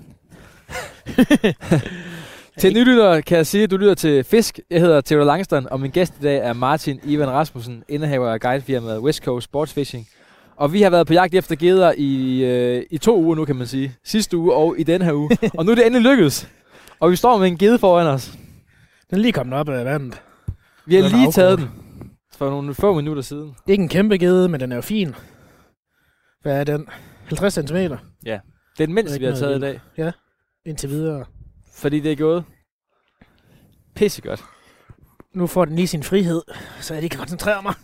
Til nylyttere kan jeg sige, at du lytter til Fisk. Jeg hedder Theodor Langston, og min gæst i dag er Martin Ivan Rasmussen, indehaver af guidefirmaet West Coast Sports Fishing. Og vi har været på jagt efter geder i 2 uger nu, kan man sige. Sidste uge og i denne her uge. Og nu er det endelig lykkedes. Og vi står med en gede foran os. Den er lige kommet op af vandet. Vi har lige taget den for nogle få minutter siden. Ikke en kæmpe gede, men den er jo fin. Hvad er den? 50 cm? Ja, det er den mindste, vi har taget i dag. Ja, indtil videre. Fordi det er gået pissegodt. Nu får den lige sin frihed, så jeg lige kan koncentrere mig.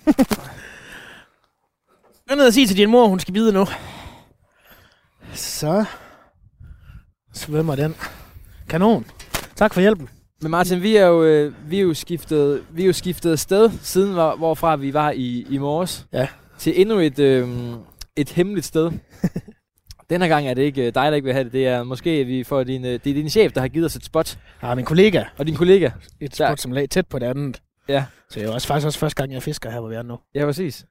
Jeg er nede og sige til din mor, hun skal bide nu. Så svømmer den. Kanon. Tak for hjælpen. Men Martin, vi er jo skiftet sted, siden hvorfra vi var i morges. Ja. Til endnu et hemmeligt sted. Den her gang er det ikke dig, der ikke vil have det. Det er måske vi får det er din chef, der har givet os et spot. Ja, min kollega. Og din kollega. Et spot, som lag tæt på det andet. Ja. Så det er faktisk også første gang, jeg fisker her, hvor vi er nu. Ja, præcis.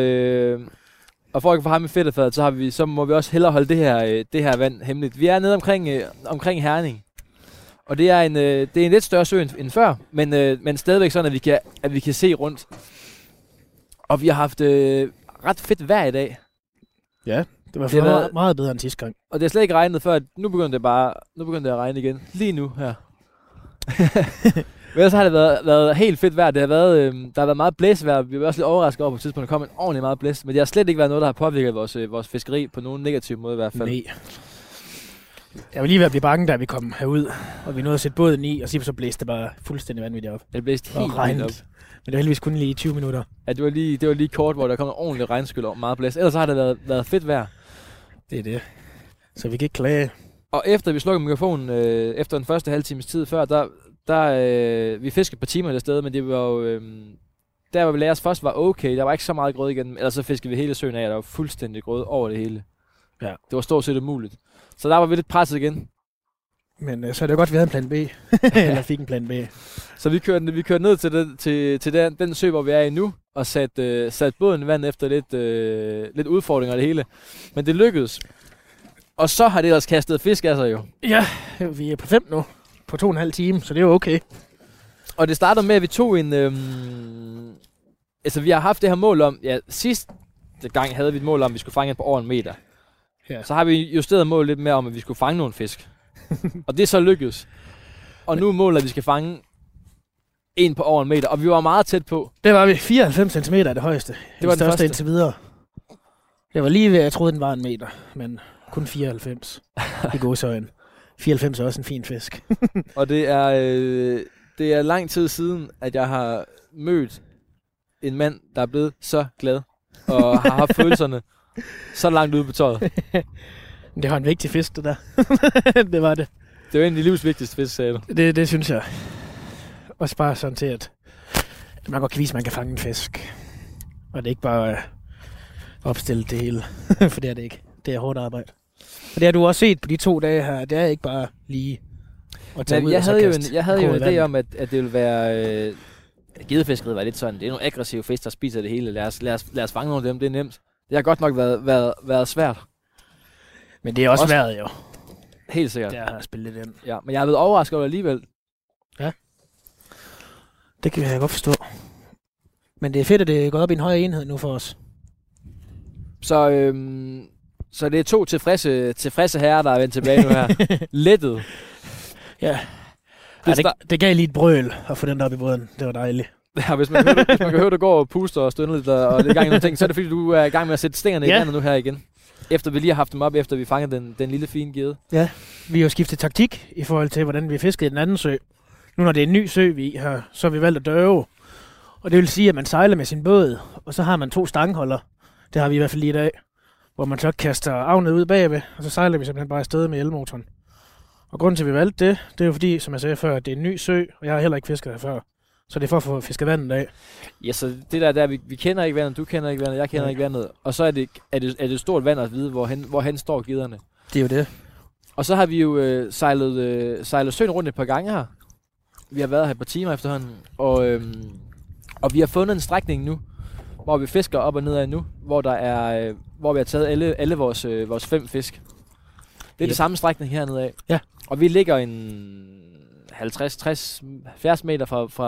Og for at få ham i fedtefadet, så må vi også hellere holde det her vand hemmeligt. Vi er nede omkring Herning. Og det er en lidt større sø end før, men stadigvæk sådan, at vi kan se rundt. Og vi har haft ret fedt vejr i dag. Ja, det var meget bedre end sidste gang. Og det er slet ikke regnet før, at nu begynder det at regne igen. Lige nu her. Men ellers har det været helt fedt vejr. Der har været meget blæsevejr. Vi var også lidt overrasket over på et tidspunkt, at der kom en ordentlig meget blæs. Men det har slet ikke været noget, der har påvirket vores fiskeri på nogen negativ måde i hvert fald. Nej. Jeg var lige ved at blive bange, da vi kom herud, og vi nåede at sætte båden i, og så blæste det bare fuldstændig vanvittigt op. Det blæste helt vildt op. Men det var heldigvis kun lige 20 minutter. Ja, det var lige kort, hvor der kom en ordentlig regnskyld og meget blæst. Ellers har det været fedt vejr. Det er det. Så vi kan ikke klage. Og efter vi slukkede mikrofonen, efter den første halve times tid før, vi fiskede et par timer det sted, men det var jo... der hvor vi lagde os først var okay, der var ikke så meget grød igen, ellers så fiskede vi hele søen af, og der var fuldstændig grød over det hele. Ja. Det var stort set umuligt. Så der var vi lidt presset igen. Men så er det godt, at vi havde en plan B. Eller fik en plan B. Så vi kørte ned til den sø, hvor vi er i nu, og sat båden i vand efter lidt udfordringer og det hele. Men det lykkedes. Og så har det ellers kastet fisk af sig jo. Ja, vi er på 5 nu. På 2,5 timer, så det er jo okay. Og det starter med, at vi tog en... altså, vi har haft det her mål om... Ja, sidste gang havde vi et mål om, at vi skulle fange på over 1 meter. Ja. Så har vi justeret målet lidt mere om, at vi skulle fange nogle fisk. Og det er så lykkedes. Og nu er målet, at vi skal fange en på over 1 meter. Og vi var meget tæt på. Det var vi. 94 cm er det højeste. Det var det største indtil videre. Jeg var lige ved, jeg troede, den var 1 meter. Men kun 94 i godsøjen. 94 er også en fin fisk. Og det er lang tid siden, at jeg har mødt en mand, der er blevet så glad. Og har haft følelserne så langt ude på tøjet. Det var en vigtig fisk, det der. Det var det. Det var en af de livs vigtigste fisk, sagde du. Det synes jeg. Også bare sådan til, at man godt kan vise, at man kan fange en fisk. Og det er ikke bare opstille det hele. For det er det ikke. Det er hårdt arbejde. Og det har du også set på de 2 dage her. Det er ikke bare lige at tage ud og så kaste. Jeg havde jo en idé om, at det ville være... Gedefiskeriet var lidt sådan, det er nogle aggressive fisk, der spiser det hele. Lad os fange nogle af dem, det er nemt. Det har godt nok været svært. Men det er også været jo. Helt sikkert. Det har spillet lidt ind. Ja, men jeg har været overrasket over alligevel. Ja. Det kan jeg godt forstå. Men det er fedt, at det er gået op i en højere enhed nu for os. Så det er 2 tilfredse herrer, der er vendt tilbage nu her. Lettet. Ja. Det gav lige et brøl at få den der op i båden. Det var dejligt. Ja, hvis man kan høre, der går og puster og stønner lidt og det er i gang i nogle ting, så er det fordi, du er i gang med at sætte stængerne i vandet nu her igen. Efter vi lige har haft dem op, efter vi fangede den lille fine gede. Ja, vi har jo skiftet taktik i forhold til, hvordan vi fiskede i den anden sø. Nu når det er en ny sø, vi har, så har vi valgt at døve. Og det vil sige, at man sejler med sin båd, og så har man 2 stangholder. Det har vi i hvert fald lige i dag. Hvor man så kaster avnet ud bagved, og så sejler vi simpelthen bare afsted med elmotoren. Og grunden til, at vi valgte det er jo fordi, som jeg sagde før, at det er en ny sø, og jeg har heller ikke fisket her før. Så det er for at få fisket vandet af. Ja, så det der vi kender ikke vandet, du kender ikke vandet, jeg kender ikke vandet. Og så er det stort vand at vide, hvorhen står gederne. Det er jo det. Og så har vi jo sejlet søen rundt et par gange her. Vi har været her et par timer efterhånden. Og vi har fundet en strækning nu, hvor vi fisker op og ned af nu, hvor vi har taget alle vores 5 fisk. Det er det samme strækning hernede af. Ja. Og vi ligger en 50, 60, 70 meter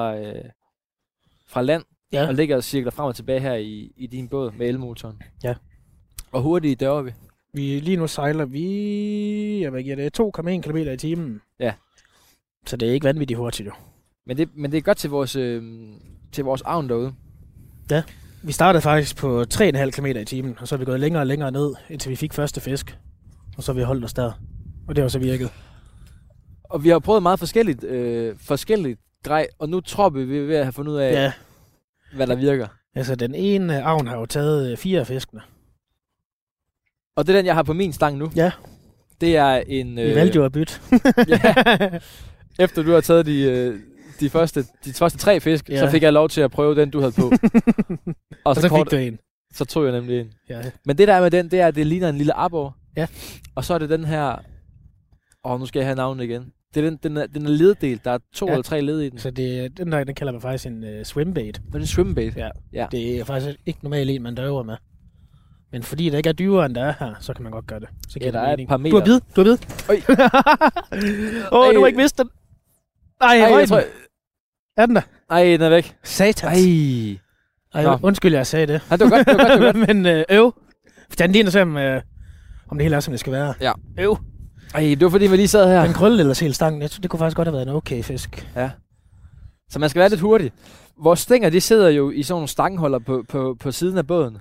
fra land, og ligger og cirkler frem og tilbage her i din båd med elmotoren. Ja. Og hurtigt dør vi. Lige nu sejler vi, hvad giver det, 2,1 km i timen. Ja. Så det er ikke vanvittigt hurtigt jo. Men det er godt til vores avn derude. Ja. Vi startede faktisk på 3,5 km i timen, og så er vi gået længere og længere ned, indtil vi fik første fisk. Og så har vi holdt os der. Og det har så virket. Og vi har prøvet meget forskelligt grej, og nu tror vi er ved at have fundet ud af, hvad der virker. Altså, den ene avn har jo taget 4 af fiskene. Og det er den, jeg har på min stang nu. Ja. Det er en... Vi valgte jo at bytte. Ja. Efter du har taget de første 3 fisk, så fik jeg lov til at prøve den, du havde på. og så fik du en. Så tog jeg nemlig en. Ja. Men det der er med den, det er, at det ligner en lille arbor. Ja. Og så er det den her... nu skal jeg have navnet igen. Det er den er leddel. Der er 2 eller 3 led i den. Så den kalder man faktisk en swimbait. Men en swimbait? Ja. Det er faktisk ikke normalt en, man døver med. Men fordi der ikke er dybere, end der er her, så kan man godt gøre det. Så der er et par meter. Du har bid. Du har ikke mistet den. Jeg tror... Er den der? Ej, den er væk. Satans. Undskyld, jeg sagde det. Ja, det var godt. Men den ligner så, om det hele er, som det skal være. Ja. Det var fordi, vi lige sad her. Den krølle eller hele stangen, det kunne faktisk godt have været en okay fisk. Ja. Så man skal være lidt hurtig. Vores stænger, de sidder jo i sådan nogle stangholder på siden af båden.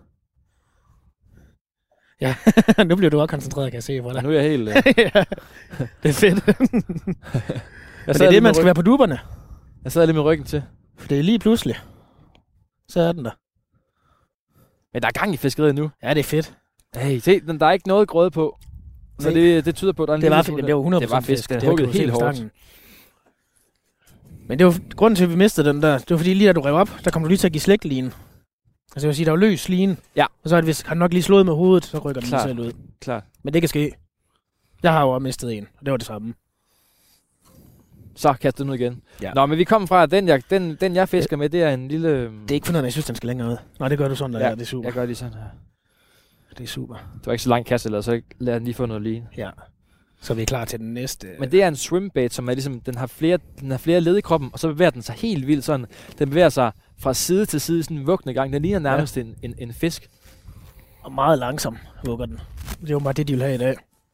Ja, nu bliver du også koncentreret, kan jeg se på dig. Nu er jeg helt... Ja. Det er fedt. Det er det, man skal være på duberne. Jeg sad lige med ryggen til. For det er lige pludselig. Så er den der. Men der er gang i fiskeriet nu. Ja, det er fedt. Hey, se, der er ikke noget grøde på. Så det tyder på, at der er en det var 100% det var fisk. Det huggede helt hårdt. Men det var grunden til, at vi mistede den der. Det var fordi, lige da du rev op, der kom du lige til at give slægtline. Altså jeg vil sige, der var løs line. Ja. Og så er det, hvis han nok lige slået med hovedet, så rykker den selv ud. Klart. Men det kan ske. Jeg har jo også mistet en, og det var det samme. Så kaster den ud igen. Ja. Nå, men vi kom fra, at den jeg fisker med, det er en lille... Det er ikke for noget, jeg synes, den skal længere ud. Nej, det gør du sådan der. Ja, det er super. Jeg gør lige sådan her. Det er super. Det var ikke så lang kasse, så lad den lige få noget line. Ja. Så er vi klar til den næste. Men det er en swimbait, som er ligesom, den har flere led i kroppen, og så bevæger den sig helt vildt sådan. Den bevæger sig fra side til side, sådan en vuggende gang. Den ligner nærmest en fisk. Og meget langsom vugger den. Det er jo bare det, de vil have i dag.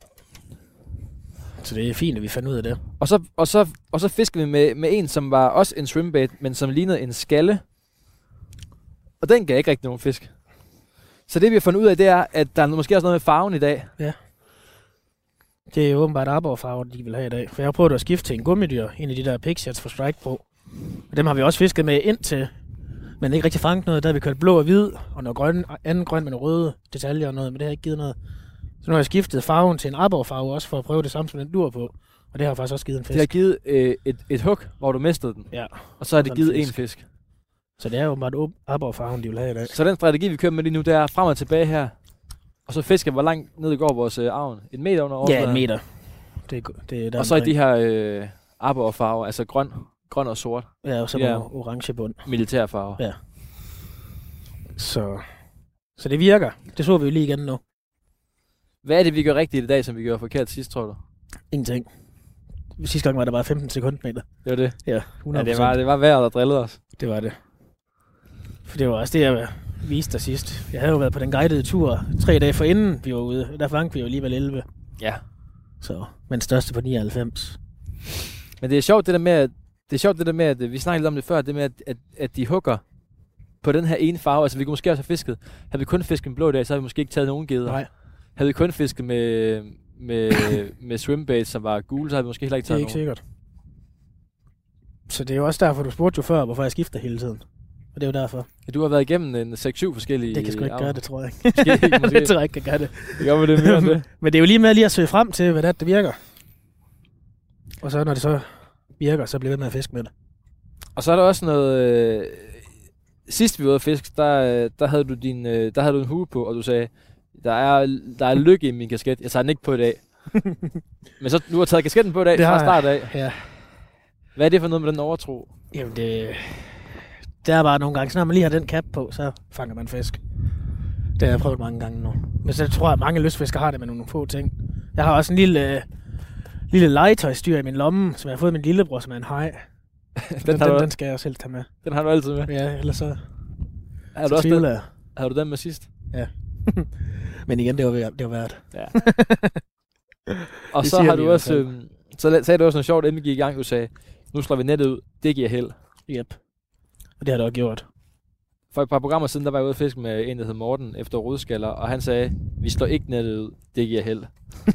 Så det er fint, at vi fandt ud af det. Og så fisker vi med en, som var også en swimbait, men som lignede en skalle. Og den gav ikke rigtig nogen fisk. Så det vi har fundet ud af, det er, at der er måske også noget med farven i dag. Ja. Det er jo åbenbart arborfarver, de vil have i dag. For jeg har prøvet at skifte til en gummidyr, en af de der pigshots fra Strike Pro. Og dem har vi også fisket med indtil, men ikke rigtig fanget noget. Der har vi kørt blå og hvid, og noget anden grøn med nogle røde detaljer og noget, men det har ikke givet noget. Så nu har jeg skiftet farven til en arborfarve også, for at prøve det samme som den dur på. Og det har faktisk også givet en fisk. Det har givet et hug, hvor du mistede den. Ja. Og så har det givet en fisk. Så det er jo bare arborfarven, de vil have i dag. Så den strategi, vi kører med lige nu, det er frem og tilbage her. Og så fisker, hvor langt ned går vores avn? 1 meter under overfladen? Ja, 1 meter. Det er der og så i de her arborfarver, altså grøn og sort. Ja, og så med orange bund. Militærfarver. Ja. Så det virker. Det så vi jo lige igen nu. Hvad er det, vi gør rigtigt i dag, som vi gjorde forkert sidst, tror du? Ingenting. Sidste gang var der bare 15 sekundmeter. Det var det? Ja, 100%. Ja, det var vejret, der drillede os. Det var det. For det var også det, jeg viste dig sidst. Jeg havde jo været på den guidede tur 3 dage forinden vi var ude. Der fangede vi jo alligevel 11. Ja. Så, men største på 99. Men det er sjovt det der med, at vi snakkede lidt om det før, det med, at de hugger på den her ene farve. Altså vi kunne måske også have fisket. Havde vi kun fisket en blå dag, så havde vi måske ikke taget nogen geder. Nej. Havde vi kun fisket med swimbaits, som var gule, så havde vi måske heller ikke taget nogen. Det er ikke sikkert. Så det er jo også derfor, du spurgte jo før, hvorfor jeg skifter hele tiden. Og det er jo derfor. Ja, du har været igennem en 6-7 forskellige... Det kan sgu ikke gøre det, tror jeg ikke. Måske. Det tror jeg ikke kan gøre det. Det gør det mere end det. Men det er jo lige med lige at søge frem til, hvad det virker. Og så når det så virker, så bliver vi med at fiske med det. Og så er der også noget... Sidst vi var ude at fiske, der havde du en hue på, og du sagde, der er lykke i min kasket. Jeg tager den ikke på i dag. Men så nu har taget kasketten på i dag fra start af. Ja. Hvad er det for noget med den overtro? Jamen det Det er bare nogle gange, så når man lige har den cap på, så fanger man fisk. Det har jeg prøvet mange gange nu. Men så tror jeg, at mange lystfiskere har det med nogle få ting. Jeg har også en lille legetøjsdyr i min lomme, som jeg har fået af min lillebror, som er en haj. Den skal jeg også helst tage med. Den har du altid med? Ja, ellers så... Havde du den med sidst? Ja. Men igen, det var værd. Ja. Og så har du også... så sagde du også noget sjovt, inden vi gik i gang. Du sagde, nu slår vi nettet ud. Det giver held. Yep. Og det har du også gjort. For et par programmer siden, der var jeg ude at fiske med en, der hed Morten, efter rodskaller, og han sagde, vi slår ikke nettet ud. Det giver held.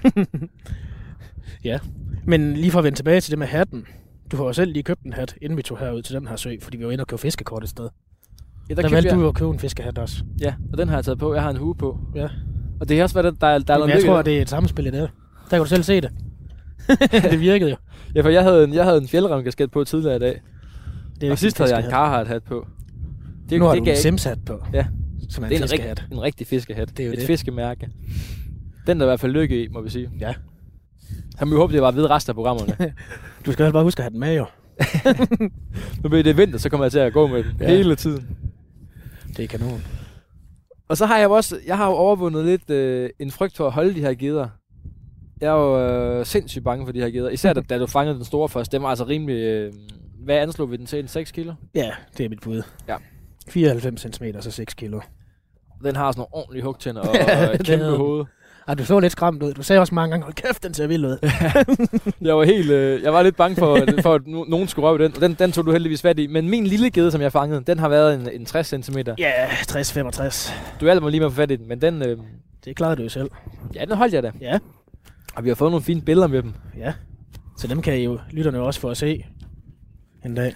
Ja. Men lige for at vende tilbage til det med hatten. Du har jo selv lige købt en hat, inden vi tog herud til den her sø, fordi vi var inde og købe fiskekort et sted. Ja, der valgte du jo at købe en fiskehat også. Ja, og den har jeg taget på. Jeg har en hue på. Ja. Og det har også været, der er noget jeg tror, det er et samspil i det. Der kan du selv se det. Det virkede jo. Ja, for jeg havde en fjeldrevnkasket på tidligere i dag. Og sidst havde jeg en Carhartt-hat på. Nu har du en Sims-hat på. Ja. Som er en fiskehat. En rigtig fiskehat. Det er jo et fiskemærke. Den der i hvert fald lykke i, må vi sige. Ja. Han må jo håbe, det var ved resten af programmerne. Du skal bare huske at have den med, jo. Nu bliver det vinter, så kommer jeg til at gå med den hele tiden. Det er kanon. Og så har jeg har jo overvundet lidt en frygt for at holde de her geder. Jeg er jo sindssygt bange for de her geder. Især da du fangede den store først. Den var altså rimelig... hvad anslog vi den til? 6 kilo? Ja, det er mit bud. Ja. 94 cm, så 6 kilo. Den har sådan nogle ordentlige hugtænder og et kæmpe hoved. Du så lidt skræmt ud. Du sagde også mange gange, hold kæft, den ser vild ud. Jeg var lidt bange for at nogen skulle røve den. Den tog du heldigvis fat i. Men min lille gede, som jeg fangede, den har været en 60 cm. Ja, 60-65. Du hjalp mig lige med at få fat i den, men den... det klarede du jo selv. Ja, den holdt jeg da. Ja. Og vi har fået nogle fine billeder med dem. Ja. Så dem kan I jo lytterne også få at se en dag.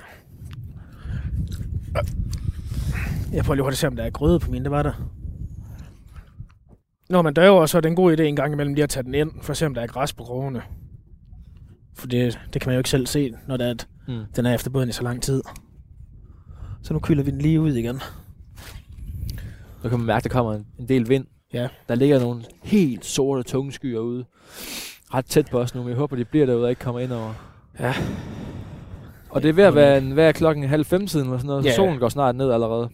Jeg prøver lige hurtigt at se, om der er grøde på min. Det var der. Når man døver, så er det en god idé en gang imellem lige at tage den ind, for at se, om der er græs på krogene. For det kan man jo ikke selv se, når det er, at den er efterbåden i så lang tid. Så nu kylder vi den lige ud igen. Så kan man mærke, at der kommer en del vind. Ja. Der ligger nogle helt sorte, tunge skyer ude. Ret tæt på os nu, men jeg håber, de bliver derude og ikke kommer ind over. Ja. Og det er ved at være klokken 4:30 eller sådan noget, så solen går snart ned allerede.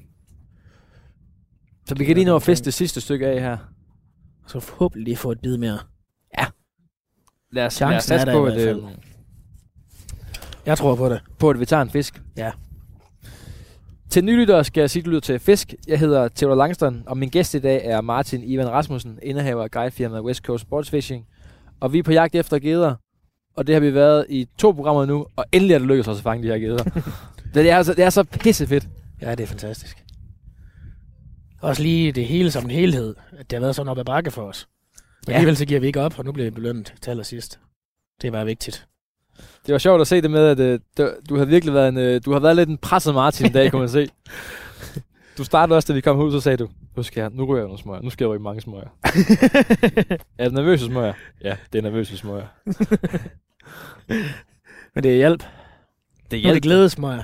Så vi kan lige nå at fiske det sidste stykke af her. Så forhåbentlig lige få et bid mere. Ja. Lad os satse på, at jeg tror på det. På, at vi tager en fisk. Ja. Til nylyttere skal jeg sige, at du lytter til Fisk. Jeg hedder Theodor Langstrøm, og min gæst i dag er Martin Ivan Rasmussen, indehaver af guidefirmaet West Coast Sports Fishing. Og vi er på jagt efter geder, og det har vi været i 2 programmer nu, og endelig er det lykkedes os at fange de her geder. det er så pissefedt. Ja, det er fantastisk. Også lige det hele som en helhed, at det har været sådan op ad bakke for os. Men alligevel så giver vi ikke op, og nu bliver vi belønnet til allersidst. Det er bare vigtigt. Det var sjovt at se det med, at du har virkelig været du har været lidt en presset Martin i dag, kunne man se. Du startede også, da vi kom ud, så sagde du, nu ryger jeg nogle smøger. Nu skal jeg ryge mange smøger. Er du nervøs for smøger? Ja, det er nervøs for smøger. Men det er hjælp. Det er glædesmøger.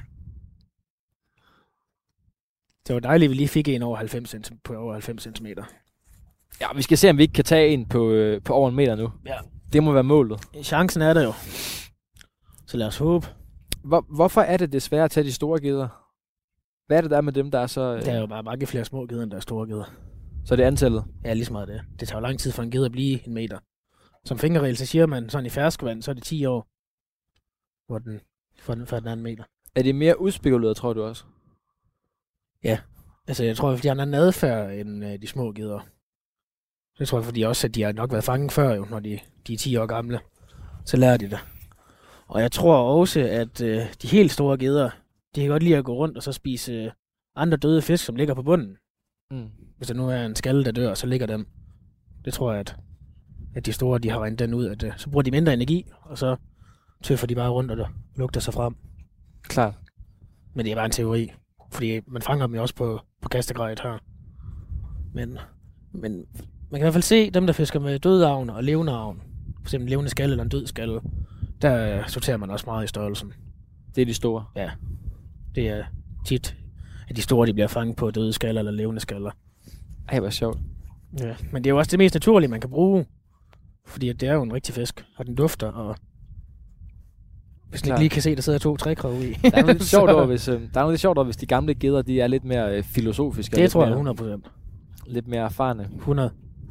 Det var dejligt, at vi lige fik en over 90 cm. Ja, vi skal se, om vi ikke kan tage en på over 1 meter nu. Ja. Det må være målet. Chancen er der jo. Så lad os håbe. Hvorfor er det svært at tage de store geder? Hvad er det der med dem, der er så... Der er jo bare mange flere små geder, end der er store geder. Så det er antallet? Ja, lige så meget det. Det tager jo lang tid for en ged at blive 1 meter. Som fingerregel, så siger man sådan i ferskvand, så er det 10 år, hvor den for den 2 meter. Er det mere udspekuleret, tror du også? Ja. Altså, jeg tror, at de har en anden adfærd end de små geder. Det tror jeg, fordi også, at de har nok været fanget før, jo, når de er 10 år gamle. Så lærer de det. Og jeg tror også, at de helt store geder, de kan godt lide at gå rundt og så spise andre døde fisk, som ligger på bunden. Hvis der nu er en skalle, der dør, så ligger dem. Det tror jeg, at de store, de har regnet den ud, at så bruger de mindre energi, og så tøffer de bare rundt og lugter sig frem. Klart. Men det er bare en teori, fordi man fanger dem jo også på kastegrejet her. Men man kan i hvert fald se dem, der fisker med døde avn og levende avn. For eksempel en levende skalle eller en død skalle. Der sorterer man også meget i størrelsen. Det er de store? Ja. Det er tit, at de store, de bliver fanget på døde skaller eller levende skaller. Ej, hvor sjovt. Ja, men det er jo også det mest naturlige, man kan bruge. Fordi det er jo en rigtig fisk, og den dufter, Hvis man ikke lige kan se, at der sidder 2 trækrog i. Der er noget lidt sjovt over, hvis de gamle geder, de er lidt mere filosofiske. Det tror jeg 100%. Lidt mere erfarne. 100.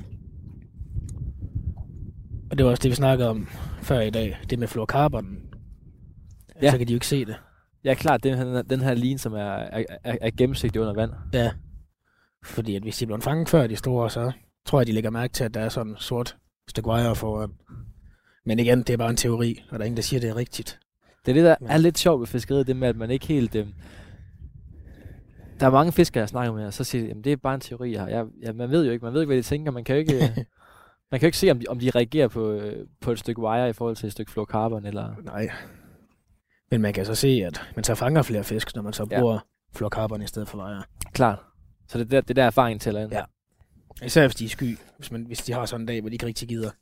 Og det var også det, vi snakkede om før i dag. Det med fluorocarbon. Ja. Så kan de jo ikke se det. Ja, klart. Den her line, som er gennemsigtig under vand. Ja. Fordi at hvis de bliver fanget før de store, så tror jeg, de lægger mærke til, at der er sådan sort stykke wire foran. Men igen, det er bare en teori, og der er ingen, der siger, at det er rigtigt. Det er det, der er lidt sjovt ved fiskeriet, det med, at man ikke helt... Der er mange fiskere, jeg snakker med, og så siger de, at det er bare en teori. Man ved jo ikke, hvad de tænker. Man kan jo ikke, se, om de reagerer på et stykke wire i forhold til et stykke fluorocarbon, eller... Nej. Men man kan så se, at man så fanger flere fisk, når man så bruger fluorocarbon i stedet for wire. Klart. Så det der erfaring tæller ind. Ja. Især hvis de er sky. Hvis de har sådan en dag, hvor de ikke rigtig gider.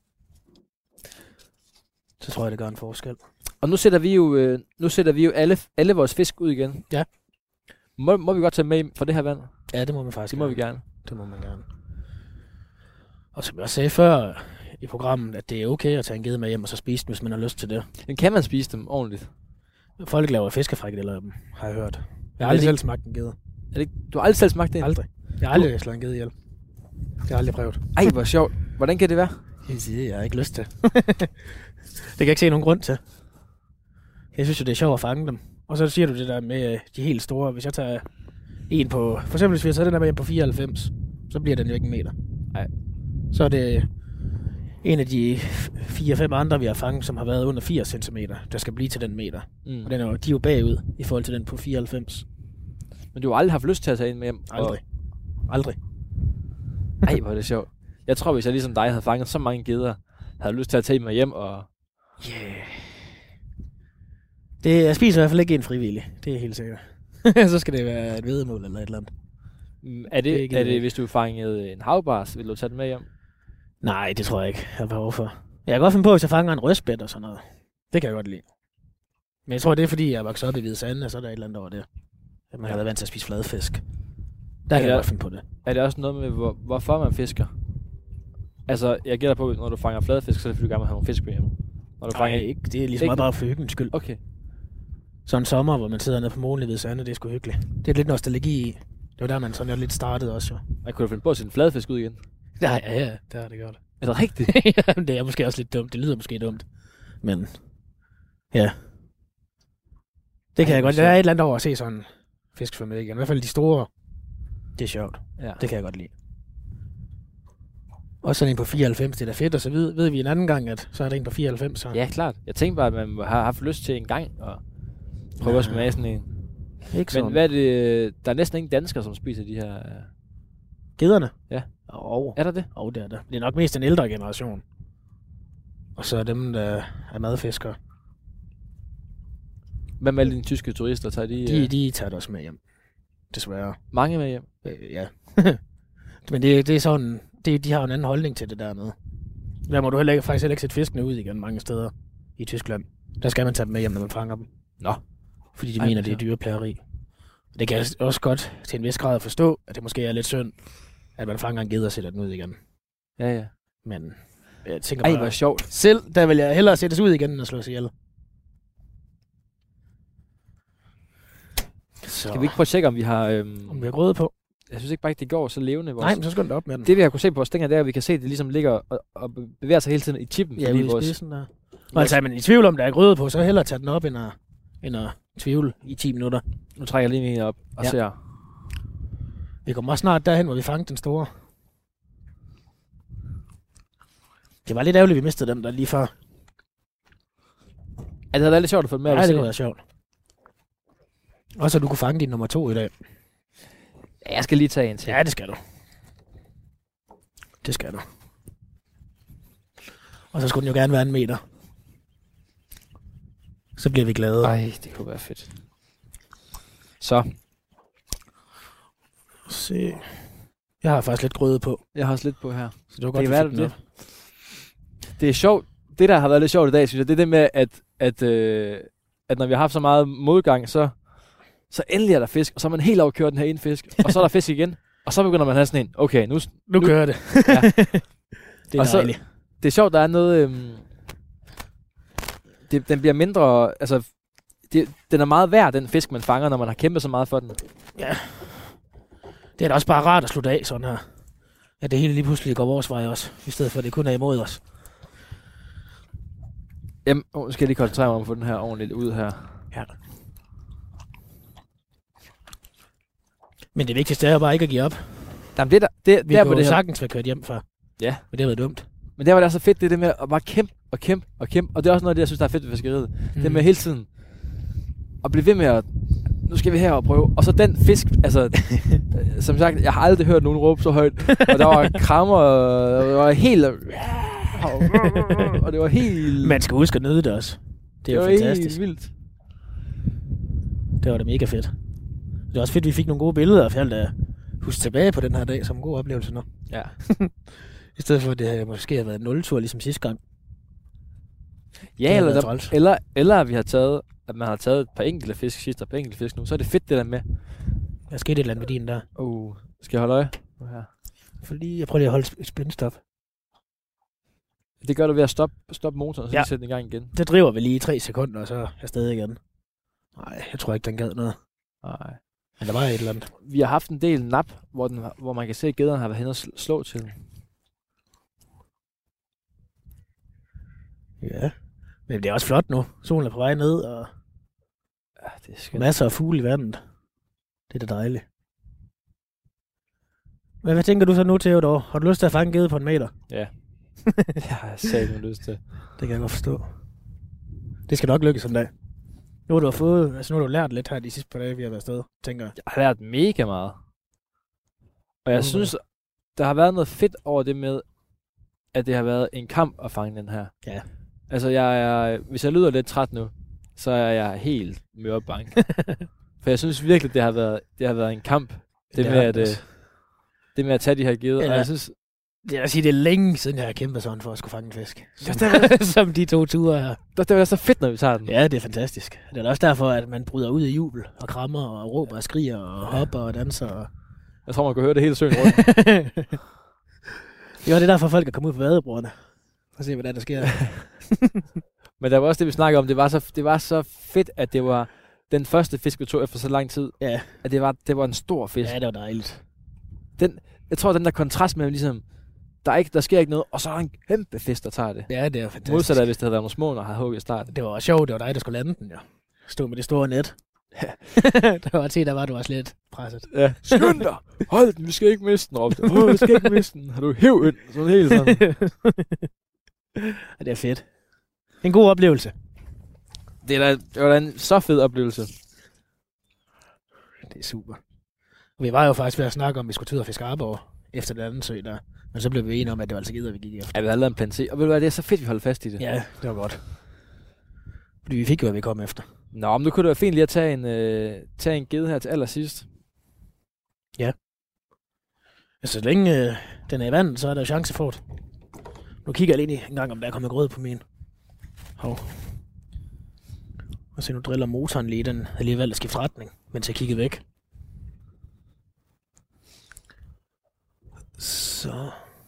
Så tror jeg, det gør en forskel. Og nu sætter vi jo alle vores fisk ud igen. Ja. Må vi godt tage med for det her vand? Ja, det må man faktisk. Det må vi gerne. Det må man gerne. Og som jeg sagde før i programmet, at det er okay at tage en gede med hjem og så spise dem, hvis man har lyst til det. Men kan man spise dem ordentligt? Folk laver fiskefrikadeller af dem, har jeg hørt. Jeg har aldrig selv smagt en gede. Du har aldrig selv smagt det? Aldrig. Jeg har aldrig slået en gede ihjel. Det har jeg aldrig prøvet. Ej, hvor sjovt. Hvordan kan det være? Jeg har ikke lyst til. Det kan jeg ikke se nogen grund til. Jeg synes jo, det er sjovt at fange dem. Og så siger du det der med de helt store. Hvis jeg tager en på... For eksempel hvis jeg tager den der med en på 94, så bliver den jo ikke en meter. Nej. Så er det en af de 4-5 andre, vi har fanget, som har været under 80 cm, der skal blive til den meter. Og de er jo bagud i forhold til den på 94. Men du har aldrig haft lyst til at tage en med hjem? Aldrig. Ej, hvor er det sjovt. Jeg tror, hvis jeg ligesom dig havde fanget så mange geder, havde lyst til at tage en med hjem og... Jeg spiser i hvert fald ikke en frivillig. Det er helt sikkert. Så skal det være et væddemål eller et eller andet. Er det hvis du fangede en havbars, vil du tage den med hjem? Nej, det tror jeg ikke, jeg har behov for. Jeg kan godt finde på, hvis jeg fanger en røstbæt og sådan noget. Det kan jeg godt lide. Men jeg tror, det er fordi, jeg er vokset op i Hvide Sande, og så er der et eller andet over det. At man har været vant til at spise fladfisk. Der kan jeg godt finde på det. Er det også noget med, hvorfor man fisker? Altså, jeg gætter på, når du fanger fladfisk, så er det fordi, du gerne vil have nogle fisk med hjem. Når du fanger... ikke. Det er ligesom meget bare for hyggens skyld. Okay. Sådan en sommer, hvor man sidder nede på molen i Hvide Sande, det er sgu hyggeligt. Det er lidt nostalgi i. Det var der, man sådan lidt startede også, jo. Jeg kunne du finde på at sætte en fladfisk ud igen? Nej, ja, det har det godt. Er det rigtigt? Det er måske også lidt dumt. Det lyder måske dumt. Men, ja. Det kan jeg godt. Der er et eller andet over at se sådan en fisk svømme igen. I hvert fald de store. Det er sjovt. Ja. Det kan jeg godt lide. Også sådan en på 94, det er da fedt, og så ved vi en anden gang, at så er der en på 94. Så. Ja, klart. Jeg tænkte bare, at man har haft lyst til en gang at prøve at smage sådan en. Ikke sådan. Men hvad er det? Der er næsten ingen danskere, som spiser de her... Gederne? Ja. Er der det? Det er der. Det er nok mest en ældre generation. Og så er dem, der er madfiskere. Hvad med alle de tyske turister? Tager de tager det også med hjem. Desværre. Mange med hjem? Ja. Men det er sådan... De har en anden holdning til det dernede. Der må du faktisk heller ikke sætte fiskene ud igen mange steder i Tyskland. Der skal man tage dem med hjem, når man fanger dem. Nå. Fordi de mener, det er dyreplageri. Det kan jeg også godt til en vis grad forstå, at det måske er lidt synd, at man fanger en ged og sætter den ud igen. Ja. Men jeg tænker bare... hvor sjovt. Selv, der vil jeg hellere sættes ud igen, end at slå sig ihjel. Så. Skal vi ikke prøve at tjekke, om vi har... Om vi har grøde på? Jeg synes ikke bare, det går så levende. Nej, men så skal den op med den. Det vi har kunne se på vores stænger, det er, at vi kan se, at det ligesom ligger og bevæger sig hele tiden i chippen. Ja, ude i spidsen der. Og altså, er man i tvivl om, der er grøde på, så hellere tage den op, end at tvivle i 10 minutter. Nu trækker jeg lige en op og ser. Vi kommer også snart derhen, hvor vi fangede den store. Det var lidt ærgerligt, vi mistede dem der lige før. Ja, det havde været lidt sjovt at få dem med. Ja, det kunne være sjovt. Og så du kunne fange din nummer 2 i dag. Ja, jeg skal lige tage en til. Ja, det skal du. Det skal du. Og så skulle den jo gerne være en meter. Så bliver vi glade. Ej, det kunne være fedt. Så. Se. Jeg har faktisk lidt grøde på. Jeg har også lidt på her. Så det var godt, det det. Det er sjovt. Det, der har været lidt sjovt i dag, synes jeg, det er det med, at når vi har haft så meget modgang, så endelig er der fisk, og så er man helt overkørt den her ene fisk, og så er der fisk igen, og så begynder man at have sådan en, okay, nu kører det. Ja. Det er dejligt. Det er sjovt, der er noget, den bliver mindre... Altså, den er meget værd, den fisk, man fanger, når man har kæmpet så meget for den. Ja. Det er da også bare rart at slutte af sådan her. Ja, det hele lige pludselig går vores vej også, i stedet for at det kun er imod os. Jamen, nu skal jeg lige koncentrere mig om at få den her ordentligt ud her. Ja. Men det vigtigste er bare ikke at give op. Jamen, vi kunne jo sagtens være kørt hjem for. Ja. Men det har været dumt. Men der var det så fedt, det med at bare kæmpe. Og det er også noget af det, jeg synes, der er fedt ved fiskeriet. Det med hele tiden at blive ved med at... Nu skal vi her og prøve. Og så den fisk, altså... som sagt, jeg har aldrig hørt nogen råbe så højt. Og der var krammer, og det var helt... og det var helt... Man skal huske at nyde det også. Det er jo fantastisk. Helt vildt. Det var da mega fedt. Det er også fedt, at vi fik nogle gode billeder, og jeg da huske tilbage på den her dag som en god oplevelse nu. Ja. I stedet for, at det måske har været en nultur, ligesom sidste gang. Ja, eller at vi har taget, at man har taget et par enkelte fisk sidst og et par enkelte fisk nu, så er det fedt det der med. Der skete et eller andet med din der. Skal jeg holde øje? Her. Fordi jeg prøver lige at holde et spændstop. Det gør du ved at stoppe motoren, og så sætte den i gang igen. Det driver vi lige i 3 sekunder, og så er jeg stadig igen. Nej, jeg tror ikke, den gad noget. Nej. Men der var et eller andet. Vi har haft en del nap, hvor man kan se, at gæderne har været hen og slå til den. Ja, men det er også flot nu. Solen er på vej ned, og det er skønt. Masser af fugle i vandet. Det er da dejligt. Men hvad tænker du så nu, Theodor? Har du lyst til at fange gede på 1 meter? Ja. Jeg har selv lyst til. Det kan jeg godt forstå. Det skal nok lykkes en dag. Nu har du lært lidt her de sidste par dage, vi har været afsted, tænker jeg. Jeg har lært mega meget. Og jeg synes, der har været noget fedt over det med, at det har været en kamp at fange den her. Ja. Altså, hvis jeg lyder lidt træt nu, så er jeg helt mørbank. For jeg synes virkelig, det har været en kamp. Det med at tage de her geder. Og jeg synes, det er længe siden, jeg har kæmpet sådan for at skulle fange en fisk. Som de 2 ture her. Det er så fedt, når vi tager den. Ja, det er fantastisk. Det er også derfor, at man bryder ud i jubel og krammer og råber og skriger og hopper og danser. Jeg tror, man kan høre det hele søen rundt. Jo, det er derfor, folk er kommet ud på vadebordene. For at se, hvad der sker. Men der var også det, vi snakkede om. Det var så fedt, at det var den første fisk, vi tog efter så lang tid. Ja. At det var en stor fisk. Ja, det var dejligt. Jeg tror, den der kontrast med ligesom, der sker ikke noget, og så er der en kæmpe fisk, der tager det. Ja, det er fantastisk. Modsat af, hvis det havde været nogle små, der havde hugget i starten. Det var sjovt, det var dig, der skulle lande den, ja. Stod med det store net. Ja. der var du også lidt presset. Ja. Skynd dig! Hold den, vi skal ikke miste den. Vi skal ikke miste den. Har du hæv ind? Sådan helt sådan. Ja, det er fedt. En god oplevelse. Det var da en så fed oplevelse. Det er super. Og vi var jo faktisk ved at snakke om, at vi skulle tage ud og fiske arbor efter den anden sø der. Men så blev vi enige om, at det var altså gider, vi gik efter. Ja, vi havde lavet en plan C. Og ved du hvad, det er så fedt, vi holdt fast i det. Ja, det var godt. Fordi vi fik jo, hvad vi kom efter. Nå, men nu kunne det være fint lige at tage en gede her til allersidst. Ja. Altså, så længe den er i vandet, så er der chance for det. Nu kigger jeg lige en gang, om der er kommet grød på min. Hov. Og se, nu driller motoren lige. Den havde lige valgt at skifte retning, mens jeg kiggede væk. Så.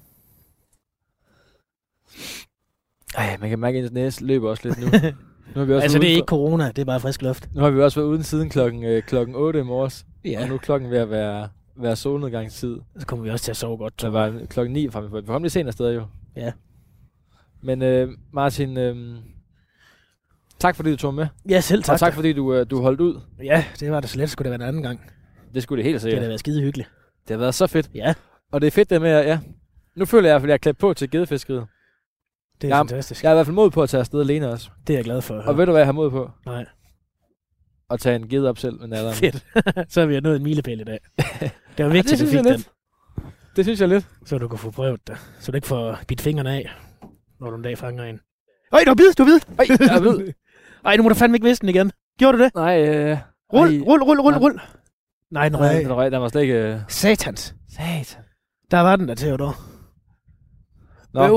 Ej, man kan mærke, at ens næse løber også lidt nu. Nu har vi også altså, det er ikke corona, det er bare frisk luft. Nu har vi også været uden siden klokken 8 i morges. Ja. Og nu er klokken ved at være solnedgangstid. Så kommer vi også til at sove godt. Der var klokken 9 frem. Vi kom lidt senere sted jo. Ja. Men Martin, tak fordi du tog med. Ja, selv tak. Og tak fordi du holdt ud. Ja, det var det så let. Skulle det være en anden gang. Det skulle det helt sikkert. Det har da været skide hyggeligt. Det har været så fedt. Ja. Og det er fedt det med, ja. Nu føler jeg, at jeg er klædt på til gedefiskeriet. Det er fantastisk. Jeg er i hvert fald mod på at tage afsted alene også. Det er jeg glad for. Og ved du, hvad jeg har mod på? Nej. At tage en gede op selv med naderen. Fedt. Så har vi nået en milepæl i dag. Det var vigtigt, at du fik den. Det synes jeg lidt. Så du kan få prøvet det. Så du ikke får bidt fingrene af, når du en dag fanger en. Øj, du har bidt! Øj, jeg ved. Ej, nu må du fandme ikke miste den igen. Gjorde du det? Nej, Rul. Nej, den røg. Den var slet ikke... Satans. Satan. Der var den der, Theodor. Nå.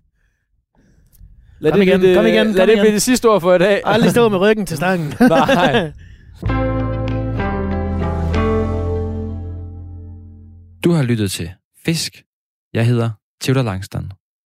Kom igen. Lad det blive det sidste ord for i dag. Aldrig stå med ryggen til stangen. Nej. Du har lyttet til Fisk. Jeg hedder Theodor Langston.